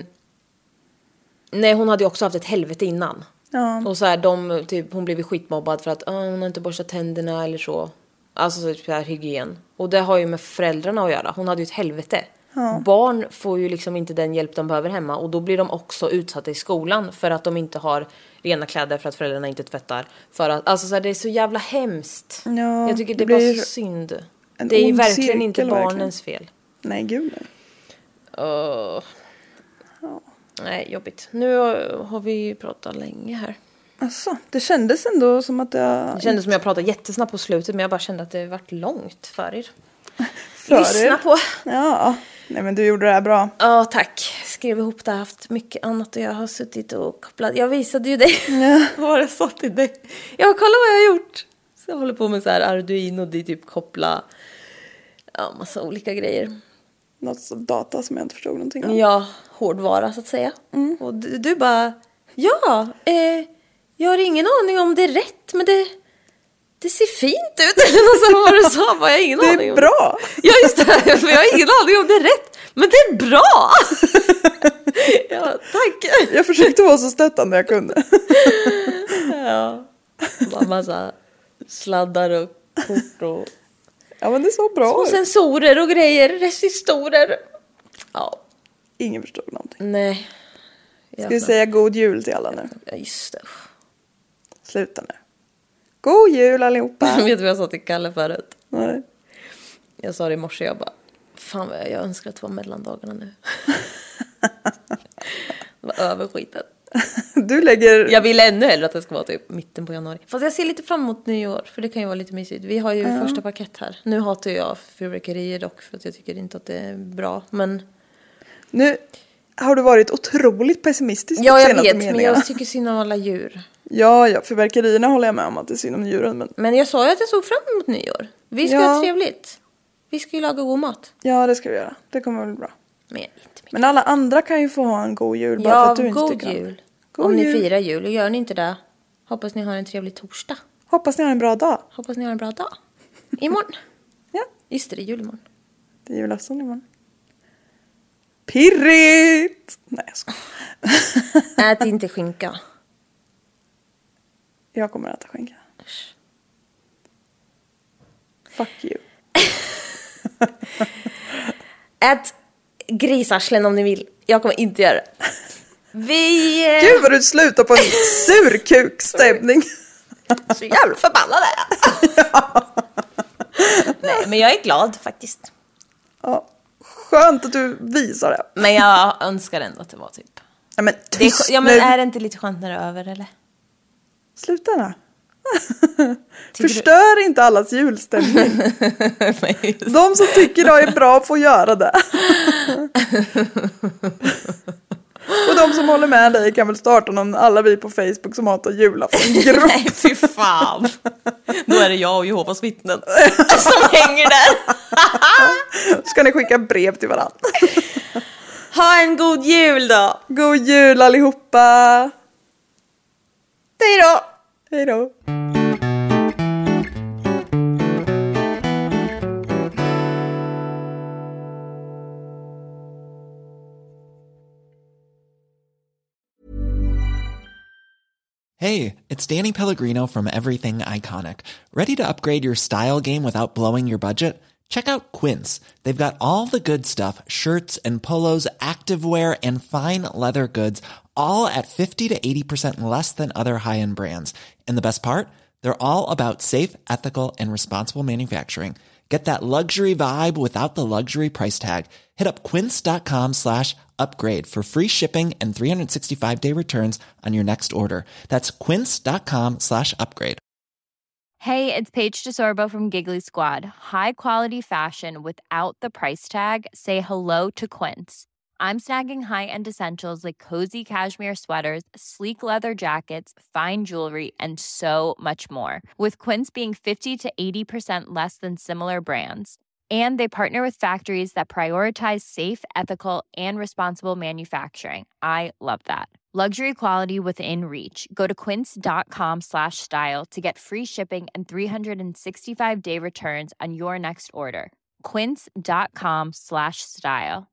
nej, hon hade ju också haft ett helvete innan. Ja. Och så här, hon blev skitmobbad för att hon har inte borstat tänderna eller så. Alltså så här hygien. Och det har ju med föräldrarna att göra. Hon hade ju ett helvete. Ja. Barn får ju liksom inte den hjälp de behöver hemma. Och då blir de också utsatta i skolan för att de inte har rena kläder, för att föräldrarna inte tvättar. För att, alltså så här, det är så jävla hemskt. Ja, jag tycker det är bara så synd. Det är ju verkligen inte barnens fel. Nej, gud nej. Ja. Nej, jobbigt. Nu har vi pratat länge här. Alltså, det kändes ändå som att det kändes som jag pratade jättesnabbt på slutet, men jag bara kände att det varit långt för er. Lyssna på. Ja, nej men du gjorde det här bra. Ja, tack. Skrev ihop det, haft mycket annat och jag har suttit och kopplat. Jag visade ju dig vad jag sa till dig. Jag kolla vad jag har gjort. Så jag håller på med så här Arduino, det är typ koppla massa olika grejer. Något som data som jag inte förstod någonting av. Ja, hårdvara så att säga. Och du bara, jag har ingen aning om det är rätt, men det ser fint ut. Eller så vad du sa, jag har ingen aning om. Det är bra. Ja, just det. För jag har ingen aning om det är rätt, men det är bra. Ja, tack. Jag försökte vara så stöttande jag kunde. Ja. Bara massa sladdar och kort och... Ja, men det är så bra. Och sensorer och grejer, resistorer. Ja. Ingen förstod någonting. Nej. Ska vi säga god jul till alla nu? Ja, just det. Sluta nu. God jul allihopa. Vet du vad jag sa till Kalle förut? Nej. Jag sa det i morse, jag bara, fan vad jag önskar att det var mellandagarna nu. Det var över skiten. Jag vill ännu hellre att det ska vara typ mitten på januari. Fast jag ser lite fram emot nyår, för det kan ju vara lite mysigt. Vi har ju första paket här. Nu hatar jag fyrverkerier dock, för att jag tycker inte att det är bra. Men nu har du varit otroligt pessimistisk. Ja, jag vet, men jag tycker synd om alla djur. Ja, fyrverkerierna håller jag med om att det är synd om djuren. Men jag sa ju att jag såg fram emot nyår. Vi ska ha trevligt. Vi ska ju laga god mat. Ja, det ska vi göra. Det kommer bli bra. Men inte mycket. Men alla andra kan ju få ha en god jul bara för att du inte god tycker jul. God om jul. Ni firar jul. Och gör ni inte det, hoppas ni har en trevlig torsdag. Hoppas ni har en bra dag. Hoppas ni har en bra dag. Imorgon. Ja. Just det är jul imorgon. Det är julafton imorgon. Pirrigt! Nej, jag ska. Ät inte skinka. Jag kommer att äta skinka. Fuck you. Ät grisarslen om ni vill. Jag kommer inte göra det. Gud vad du slutar på en surkukstämning. Så jävla förbannad är jag. Nej, men jag är glad faktiskt. Ja, skönt att du visar det. Men jag önskar ändå att det var typ. Ja, men tyst men är det inte lite skönt när det är över, eller? Sluta då. Förstör inte allas julstämning. De som tycker det är bra får göra det. Och de som håller med dig kan väl starta någon alla vi på Facebook som hatar julafton-grupp. Nej, fy fan. Då är det jag och Jehovas vittnen som hänger där. Ska ni skicka brev till varandra. Ha en god jul då. God jul allihopa. Hej då. Hej då. Hey, it's Danny Pellegrino from Everything Iconic. Ready to upgrade your style game without blowing your budget? Check out Quince. They've got all the good stuff, shirts and polos, activewear and fine leather goods, all at 50 to 80% less than other high-end brands. And the best part? They're all about safe, ethical, and responsible manufacturing. Get that luxury vibe without the luxury price tag. Hit up quince.com/upgrade for free shipping and 365-day returns on your next order. That's quince.com/upgrade. Hey, it's Paige DeSorbo from Giggly Squad. High quality fashion without the price tag. Say hello to Quince. I'm snagging high-end essentials like cozy cashmere sweaters, sleek leather jackets, fine jewelry, and so much more. With Quince being 50 to 80% less than similar brands. And they partner with factories that prioritize safe, ethical, and responsible manufacturing. I love that. Luxury quality within reach. Go to quince.com/style to get free shipping and 365-day returns on your next order. Quince.com/style.